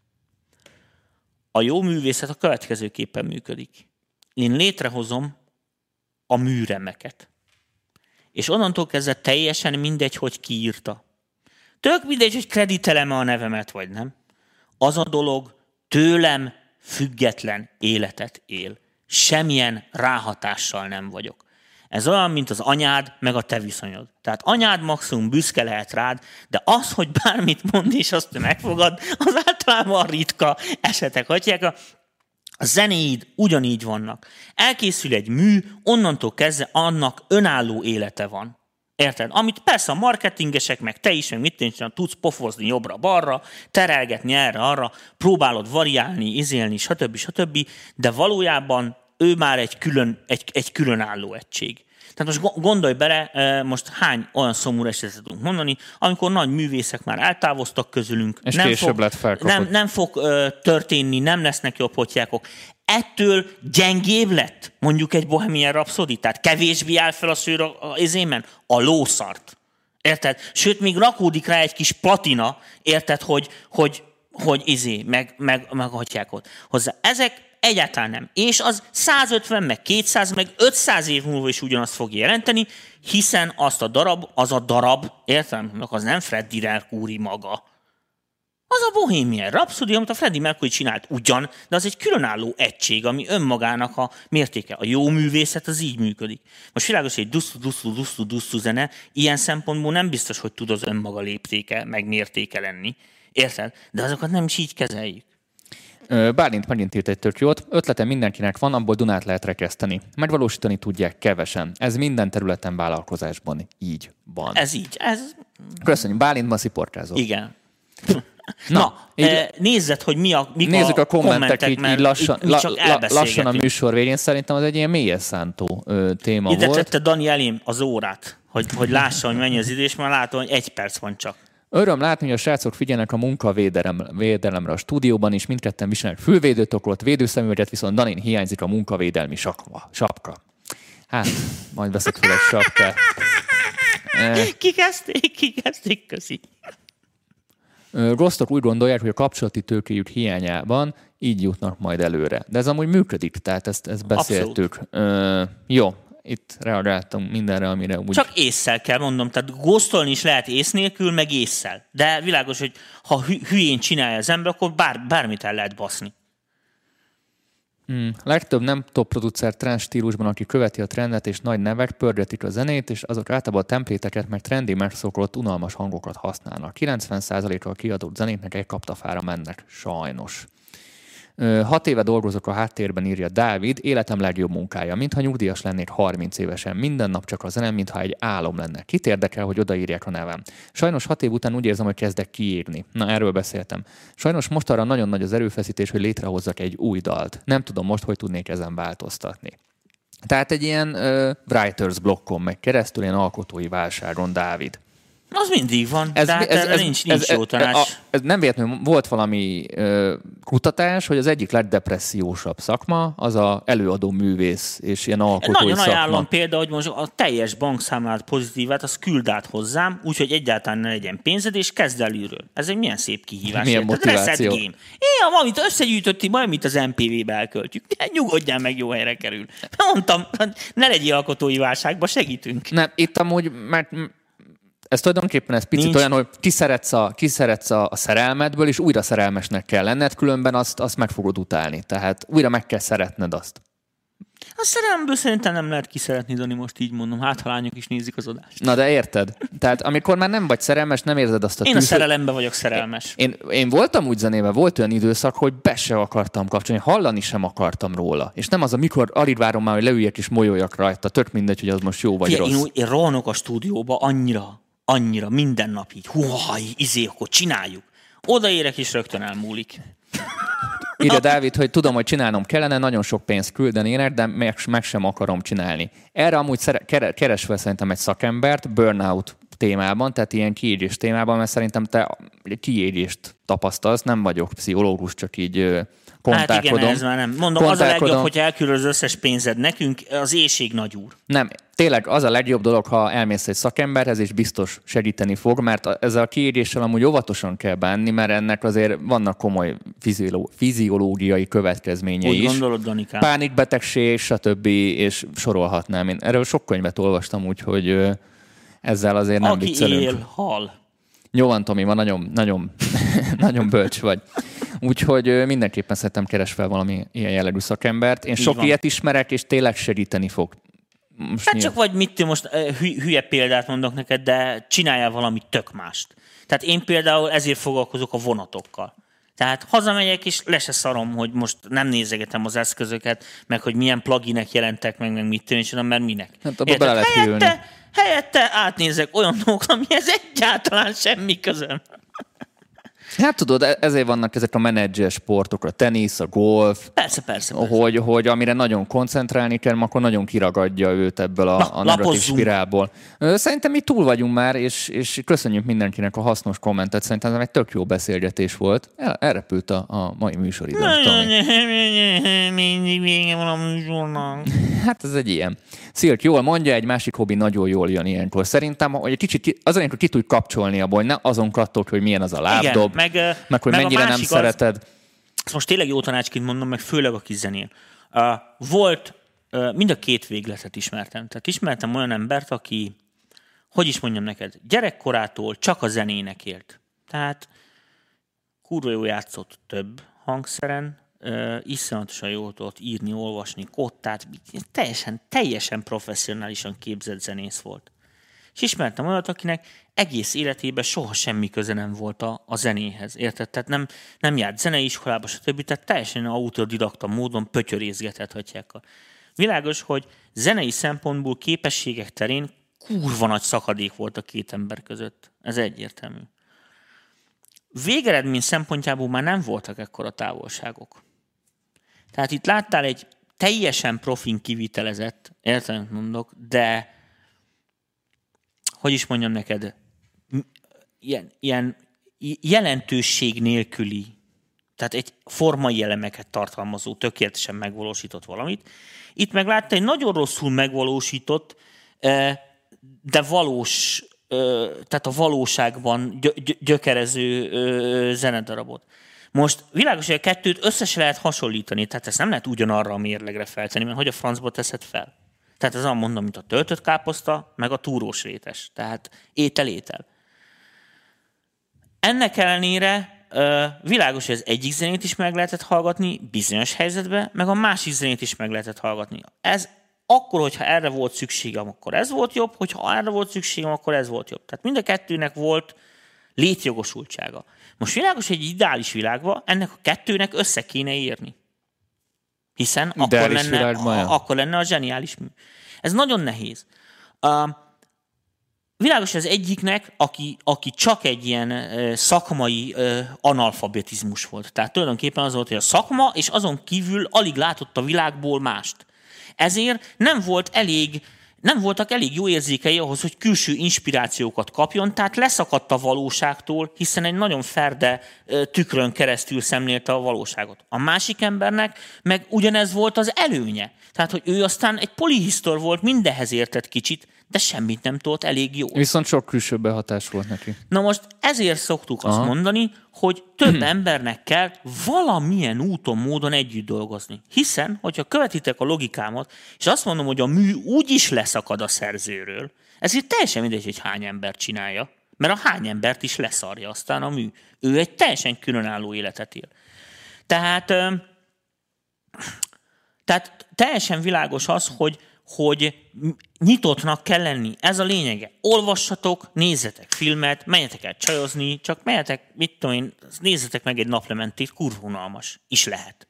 [SPEAKER 3] A jó művészet a következőképpen működik. Én létrehozom a műremeket. És onnantól kezdve teljesen mindegy, hogy ki írta. Tök mindegy, hogy kreditelem-e a nevemet, vagy nem. Az a dolog tőlem független életet él. Semmilyen ráhatással nem vagyok. Ez olyan, mint az anyád, meg a te viszonyod. Tehát anyád maximum büszke lehet rád, de az, hogy bármit mond, és azt te megfogad, az általában ritka esetek. Hagyják, a zenéid ugyanígy vannak. Elkészül egy mű, onnantól kezdve annak önálló élete van. Érted? Amit persze a marketingesek, meg te is, meg mit tényleg tudsz pofozni jobbra-balra, terelgetni erre-arra, próbálod variálni, izélni, stb. stb. De valójában ő már egy, külön, egy, egy különálló egység. Tehát most gondolj bele, most hány olyan szomorú esetet tudunk mondani, amikor nagy művészek már eltávoztak közülünk.
[SPEAKER 2] És
[SPEAKER 3] nem
[SPEAKER 2] később
[SPEAKER 3] fog,
[SPEAKER 2] lett felkapott.
[SPEAKER 3] Nem, nem fog uh, történni, nem lesznek jobb potyákok. Ettől gyengébb lett mondjuk egy Bohemian Rhapsody, tehát kevésbé áll fel a szőr az izémen, a lószart. Érted? Sőt, még rakódik rá egy kis platina, érted, hogy, hogy, hogy izé, meg, meg, meg hagyják ott hozzá. Ezek egyáltalán nem. És az százötven, meg kétszáz, meg ötszáz év múlva is ugyanazt fog jelenteni, hiszen azt a darab, az a darab, értem, az nem Freddie Mercury maga. Az a Bohemian Rhapsody, amit a Freddie Mercury csinált ugyan, de az egy különálló egység, ami önmagának a mértéke. A jó művészet az így működik. Most világos, hogy egy dusztu, dusztu, dusztu, dusztu zene, ilyen szempontból nem biztos, hogy tud az önmaga léptéke, meg mértéke lenni. Érted? De azokat nem is így kezeljük.
[SPEAKER 2] Bálint megint írt egy tök jót. Ötlete mindenkinek van, abból Dunát lehet rekeszteni. Megvalósítani tudják kevesen. Ez minden területen vállalkozásban így van.
[SPEAKER 3] Ez így. Ez...
[SPEAKER 2] Köszönjük. Bálint ma sziportrázol.
[SPEAKER 3] Igen. Na, Na így, nézzed, hogy mi a, mik
[SPEAKER 2] nézzük
[SPEAKER 3] a,
[SPEAKER 2] a kommentek,
[SPEAKER 3] kommentek,
[SPEAKER 2] így, így lassan,
[SPEAKER 3] mi csak
[SPEAKER 2] la, lassan a műsor végén. Szerintem az egy ilyen mélyes szántó ö, téma
[SPEAKER 3] Ide
[SPEAKER 2] volt.
[SPEAKER 3] Ide tette Dani elém az órát, hogy, hogy lássa, hogy mennyi az idő, és már látom, hogy egy perc van csak.
[SPEAKER 2] Öröm látni, hogy a srácok figyelnek a munkavédelemre a stúdióban is, mindketten viselnek fülvédőtokrot, védőszemüveget, viszont Danin hiányzik a munkavédelmi sakma, sapka. Hát, majd veszek fel egy sapkát.
[SPEAKER 3] Kikezdték, kikezdték, köszi.
[SPEAKER 2] Rosszok úgy gondolják, hogy a kapcsolati tőkéjük hiányában így jutnak majd előre. De ez amúgy működik, tehát ezt, ezt beszéltük. Ö, jó, itt reagáltunk mindenre, amire úgy...
[SPEAKER 3] Csak ésszel kell, mondom, tehát ghostolni is lehet ész nélkül, meg ésszel. De világos, hogy ha hü- hülyén csinálja az ember, akkor bár, bármit el lehet baszni.
[SPEAKER 2] Hmm. Legtöbb nem top producer trend stílusban, aki követi a trendet és nagy nevek, pörgetik a zenét, és azok általában a templéteket, meg trendi megszokott unalmas hangokat használnak. kilencven százaléka a kiadott zenéknek egy kaptafára mennek. Sajnos. Hat éve dolgozok a háttérben, írja Dávid, életem legjobb munkája. Mintha nyugdíjas lennék harminc évesen. Minden nap csak a zenem, mintha egy álom lenne. Kit érdekel, hogy odaírják a nevem? Sajnos hat év után úgy érzem, hogy kezdek kiírni. Na, erről beszéltem. Sajnos most arra nagyon nagy az erőfeszítés, hogy létrehozzak egy új dalt. Nem tudom most, hogy tudnék ezen változtatni. Tehát egy ilyen uh, writers blokkon megy keresztül, ilyen alkotói válságon, Dávid.
[SPEAKER 3] Az mindig van, ez, de ez, ez, nincs, nincs
[SPEAKER 2] ez,
[SPEAKER 3] jó tanács.
[SPEAKER 2] Ez, ez nem véletlenül volt valami ö, kutatás, hogy az egyik legdepressziósabb szakma az a előadó művész és ilyen alkotói
[SPEAKER 3] Nagyon
[SPEAKER 2] szakma.
[SPEAKER 3] ajánlom például, hogy most a teljes bankszámlát pozitívát, az küld át hozzám, úgyhogy egyáltalán ne legyen pénzed, és kezd előről. Ez egy milyen szép kihívás.
[SPEAKER 2] Milyen motiváció.
[SPEAKER 3] Én, amit összegyűjtöttünk, majd mit az em pé vé-be elköltjük. Nyugodjál meg, jó helyre kerül. Mondtam, ne legyél alkotói válságba, segítünk.
[SPEAKER 2] Nem, itt amúgy, mert ez tulajdonképpen ez picit Nincs. olyan, hogy kiszeretsz a, kiszeretsz a szerelmedből, és újra szerelmesnek kell lenned, különben azt, azt meg fogod utálni. Tehát újra meg kell szeretned azt.
[SPEAKER 3] A szerelemből szerintem nem lehet kiszeretni, Dani, most így mondom. Hát, ha lányok is nézik az adást.
[SPEAKER 2] Na, de érted? Tehát amikor már nem vagy szerelmes, nem érzed azt a
[SPEAKER 3] Én
[SPEAKER 2] tűz,
[SPEAKER 3] a szerelemben vagyok szerelmes.
[SPEAKER 2] Én, én, én voltam úgy zenével, volt olyan időszak, hogy be se akartam kapcsolni, hallani sem akartam róla. És nem az, amikor alig várom már, hogy leüljek és molyoljak rajta. Tök mindegy, hogy az most jó vagy
[SPEAKER 3] Fie,
[SPEAKER 2] rossz.
[SPEAKER 3] Én, én rohanok a stúdióba annyira, annyira, minden nap így. Húha, izé, akkor csináljuk. Odaérek és rögtön elmúlik.
[SPEAKER 2] Írja Dávid, hogy tudom, hogy csinálnom kellene, nagyon sok pénzt küldenének, de meg, meg sem akarom csinálni. Erre amúgy szere, keresve szerintem egy szakembert, burnout témában, tehát ilyen kiégés témában, mert szerintem te kiégést tapasztalsz, nem vagyok pszichológus, csak így kontálkodom.
[SPEAKER 3] Hát igen, ez már nem. Mondom, az a legjobb, hogy elküldöd az összes pénzed nekünk, az éjség nagy úr.
[SPEAKER 2] Nem, tényleg az a legjobb dolog, ha elmész egy szakemberhez, és biztos segíteni fog, mert ezzel a kiégéssel amúgy óvatosan kell bánni, mert ennek azért vannak komoly fiziológiai következményei
[SPEAKER 3] is. Úgy gondolod, Danikám?
[SPEAKER 2] Pánikbetegség, stb. És sorolhatnám. Én erről sok könyvet olvastam, úgyhogy ezzel azért nem
[SPEAKER 3] Aki
[SPEAKER 2] viccelünk.
[SPEAKER 3] Aki él, hal.
[SPEAKER 2] Jó van, Tomi, ma nagyon, nagyon, nagyon bölcs vagy. Úgyhogy mindenképpen szerintem keres fel valami ilyen jellegű szakembert. Én Így sok van. ilyet ismerek, és tényleg segíteni fog.
[SPEAKER 3] Most hát csak vagy mit, most hülye példát mondok neked, de csináljál valami tök mást. Tehát én például ezért foglalkozok a vonatokkal. Tehát hazamegyek, és le se szarom, hogy most nem nézegetem az eszközöket, meg hogy milyen pluginek jelentek meg, meg mit tűncsön, mert minek.
[SPEAKER 2] Hát abba bele lehet
[SPEAKER 3] helyette, helyette átnézek olyan dolgok, amihez egyáltalán semmi közöm.
[SPEAKER 2] Hát tudod, ezért vannak ezek a menedzser sportok, a tenisz, a golf.
[SPEAKER 3] Persze, persze. persze.
[SPEAKER 2] Hogy, hogy amire nagyon koncentrálni kell, akkor nagyon kiragadja őt ebből a,
[SPEAKER 3] Na,
[SPEAKER 2] a negatív spirálból. Szerintem mi túl vagyunk már, és, és köszönjük mindenkinek a hasznos kommentet. Szerintem ez egy tök jó beszélgetés volt. El, elrepült a, a mai műsoridő.
[SPEAKER 3] Mindig vége van a műsornak.
[SPEAKER 2] Hát ez egy ilyen. Szilk jól mondja, egy másik hobbi nagyon jól jön ilyenkor. Szerintem, hogy egy kicsit ki, az ilyenkor ki tudj kapcsolni abból, hogy ne azon kattog, hogy milyen az a lábdob. Igen, meg, meg hogy meg mennyire nem az, szereted.
[SPEAKER 3] Ezt most tényleg jó tanácsként mondom, meg főleg a kis zenén. Uh, volt, uh, mind a két végletet ismertem. Tehát ismertem olyan embert, aki, hogy is mondjam neked, gyerekkorától csak a zenének élt. Tehát kurva jó játszott több hangszeren, uh, iszonyatosan jól tudott írni, olvasni, kottát, teljesen, teljesen professzionálisan képzett zenész volt. És ismertem olyat, akinek egész életében soha semmi köze nem volt a, a zenéhez, érted? Tehát nem, nem járt zeneiskolába, stb. Tehát teljesen autodidakta módon pötyörészgetett hagyjákkal. Világos, hogy zenei szempontból képességek terén kurva nagy szakadék volt a két ember között. Ez egyértelmű. Végeredmény szempontjából már nem voltak ekkora távolságok. Tehát itt láttál egy teljesen profin kivitelezett, értelmet mondok, de hogy is mondjam neked, ilyen, ilyen jelentőség nélküli, tehát egy formai elemeket tartalmazó, tökéletesen megvalósított valamit. Itt meg látta egy nagyon rosszul megvalósított, de valós, tehát a valóságban gyökerező zenedarabot. Most világos, hogy a kettőt össze se lehet hasonlítani, tehát ezt nem lehet ugyanarra a mérlegre feltenni, mert hogy a francba teszed fel. Tehát ez olyan mondom, mint a töltött káposzta, meg a túrós rétes. Tehát étel-étel. Ennek ellenére világos, hogy az egyik zenét is meg lehetett hallgatni bizonyos helyzetben, meg a másik zenét is meg lehetett hallgatni. Ez akkor, hogyha erre volt szükségem, akkor ez volt jobb, hogyha erre volt szükségem, akkor ez volt jobb. Tehát mind a kettőnek volt létjogosultsága. Most világos, hogy egy ideális világban ennek a kettőnek össze kéne érni. Hiszen akkor lenne, a, akkor lenne a zseniális mű. Ez nagyon nehéz. Uh, világos, hogy az egyiknek, aki, aki csak egy ilyen uh, szakmai uh, analfabetizmus volt. Tehát tulajdonképpen az volt, hogy a szakma, és azon kívül alig látott a világból mást. Ezért nem volt elég, nem voltak elég jó érzékei ahhoz, hogy külső inspirációkat kapjon, tehát leszakadt a valóságtól, hiszen egy nagyon ferde tükrön keresztül szemlélte a valóságot. A másik embernek meg ugyanez volt az előnye. Tehát, hogy ő aztán egy polihisztor volt, mindenhez értett kicsit, de semmit nem tudott elég jó.
[SPEAKER 2] Viszont sok külső behatás volt neki.
[SPEAKER 3] Na most ezért szoktuk Aha. azt mondani, hogy több embernek kell valamilyen úton, módon együtt dolgozni. Hiszen, hogyha követitek a logikámat, és azt mondom, hogy a mű úgy is leszakad a szerzőről, ezért teljesen mindegy, hogy hány ember csinálja, mert a hány embert is leszarja aztán a mű. Ő egy teljesen különálló életet él. Tehát, tehát teljesen világos az, hogy hogy nyitottnak kell lenni. Ez a lényege. Olvassatok, nézzetek filmet, menjetek el csajozni, csak menjetek, mit tudom én, nézzetek meg egy naplementét, kurva unalmas. Is lehet.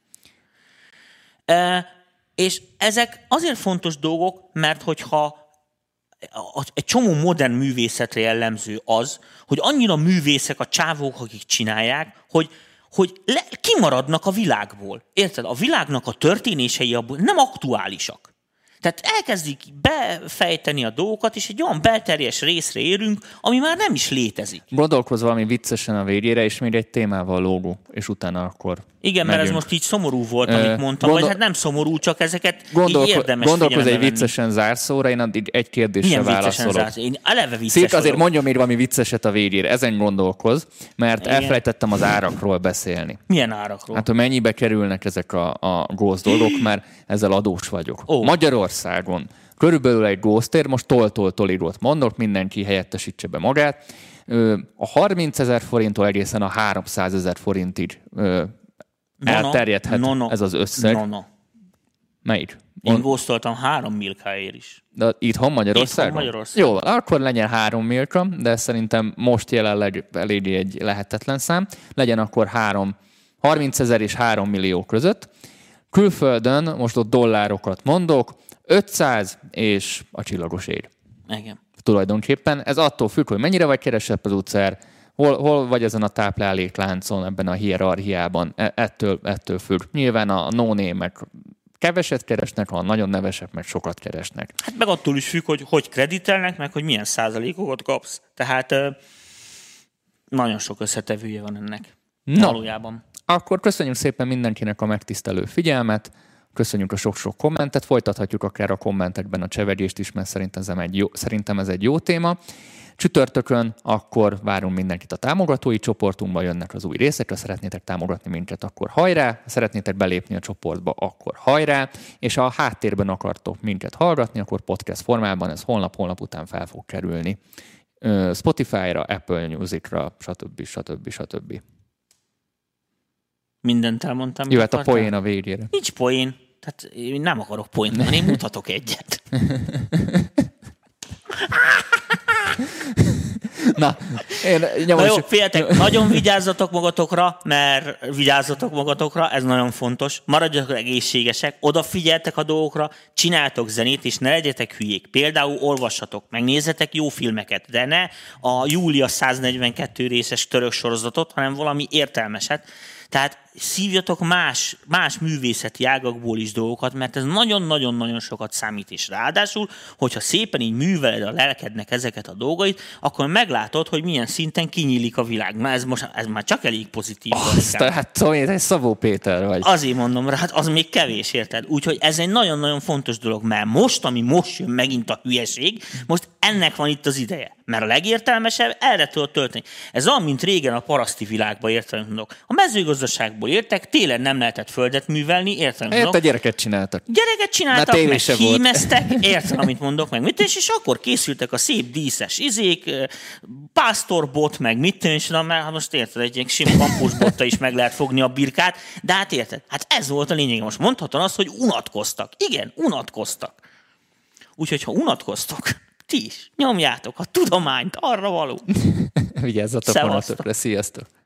[SPEAKER 3] E, és ezek azért fontos dolgok, mert hogyha egy csomó modern művészetre jellemző az, hogy annyira művészek a csávók, akik csinálják, hogy hogy le, kimaradnak a világból. Érted? A világnak a történései abból nem aktuálisak. Tehát elkezdik befejteni a dolgokat, és egy olyan belterjes részre érünk, ami már nem is létezik.
[SPEAKER 2] Gondolkozz valami viccesen a végére, és még egy témával lógó, és utána akkor
[SPEAKER 3] Igen, megyünk. Mert ez most így szomorú volt, amit uh, mondtam, gondol... vagy hát nem szomorú, csak ezeket
[SPEAKER 2] Gondolko...
[SPEAKER 3] így érdemes
[SPEAKER 2] Gondolkozz egy viccesen zárszóra, én addig egy kérdéssel válaszolok.
[SPEAKER 3] Zárszó? Én eleve vicces
[SPEAKER 2] Szirk, azért mondjon még valami vicceset a végére, ezen gondolkozz, mert Igen. elfelejtettem az árakról beszélni.
[SPEAKER 3] Milyen árakról?
[SPEAKER 2] Hát, hogy mennyibe kerülnek ezek a, a ghost dolgok, mert ezzel adós vagyok.
[SPEAKER 3] Oh.
[SPEAKER 2] Magyarországon körülbelül egy ghostér, most toltól tolirót mondok, mindenki helyettesítse be magát, a harmincezer forinttól egészen a háromszázezer forintig no, elterjedhet no, no. ez az összeg.
[SPEAKER 3] No, no.
[SPEAKER 2] Melyik?
[SPEAKER 3] Én ghostoltam három milkáért is.
[SPEAKER 2] De itthon Magyarországon?
[SPEAKER 3] Itthon Magyarországon.
[SPEAKER 2] Jó, akkor legyen három milka, de szerintem most jelenleg eléggé egy lehetetlen szám. Legyen akkor három, harmincezer és három millió között. Külföldön, most ott dollárokat mondok, ötszáz és a csillagos ég.
[SPEAKER 3] Igen.
[SPEAKER 2] Tulajdonképpen ez attól függ, hogy mennyire vagy keresett producer, hol, hol vagy ezen a táplálékláncon, ebben a hierarchiában, ettől, ettől függ. Nyilván a no-name-ek keveset keresnek, ha nagyon nevesek, meg sokat keresnek.
[SPEAKER 3] Hát meg attól is függ, hogy hogy kreditelnek, meg hogy milyen százalékokat kapsz. Tehát nagyon sok összetevője van ennek.
[SPEAKER 2] No.
[SPEAKER 3] Valójában.
[SPEAKER 2] Akkor köszönjük szépen mindenkinek a megtisztelő figyelmet, köszönjük a sok-sok kommentet, folytathatjuk akár a kommentekben a csevegést is, mert szerintem ez egy jó, szerintem ez egy jó téma. Csütörtökön akkor várunk mindenkit a támogatói csoportunkba, jönnek az új részek, ha szeretnétek támogatni minket, akkor hajrá, ha szeretnétek belépni a csoportba, akkor hajrá, és ha a háttérben akartok minket hallgatni, akkor podcast formában ez holnap-holnap után fel fog kerülni. Spotify-ra, Apple Music-ra, stb. stb. stb.
[SPEAKER 3] Mindent elmondtam.
[SPEAKER 2] Jöhet a poén a végére.
[SPEAKER 3] Nincs poén. Tehát én nem akarok poént mondani, én mutatok egyet.
[SPEAKER 2] Na, én
[SPEAKER 3] Na jó, figyeljetek, nagyon vigyázzatok magatokra, mert vigyázzatok magatokra, ez nagyon fontos. Maradjatok egészségesek, odafigyeltek a dolgokra, csináltok zenét, és ne legyetek hülyék. Például olvassatok, megnézzetek jó filmeket, de ne a Júlia száznegyvenkettő részes török sorozatot, hanem valami értelmeset. Tehát szívjatok más, más művészeti ágakból is dolgokat, mert ez nagyon-nagyon-nagyon sokat számít is. Ráadásul, hogyha szépen így műveled a lelkednek ezeket a dolgait, akkor meglátod, hogy milyen szinten kinyílik a világ. Már ez, most, ez már csak elég pozitív.
[SPEAKER 2] Azt, hát szóval egy Szabó Péter vagy.
[SPEAKER 3] Azért mondom rá, hát az még kevés, érted? Úgyhogy ez egy nagyon-nagyon fontos dolog, mert most, ami most jön megint a hülyeség, most ennek van itt az ideje. Mert a legértelmesebb erre tudod tölteni. Ez olyan, mint régen a paraszti világban, értelem mondok. A mezőgazdaságból szempontból értek, télen nem lehetett földet művelni, értem?
[SPEAKER 2] Ért a gyereket csináltak.
[SPEAKER 3] Gyereket csináltak,
[SPEAKER 2] Na,
[SPEAKER 3] meg
[SPEAKER 2] se volt.
[SPEAKER 3] hímeztek, értem, amit mondok, meg mit, és, és akkor készültek a szép díszes izék, pásztorbot, meg mit és na, mert hát most érted, egy ilyen sima kampusbotta is meg lehet fogni a birkát, de hát érted, hát ez volt a lényeg. Most mondhatom azt, hogy unatkoztak. Igen, unatkoztak. Úgyhogy ha unatkoztok, ti is nyomjátok a tudományt, arra való.
[SPEAKER 2] Vigyázzatok magatokra, sziasztok!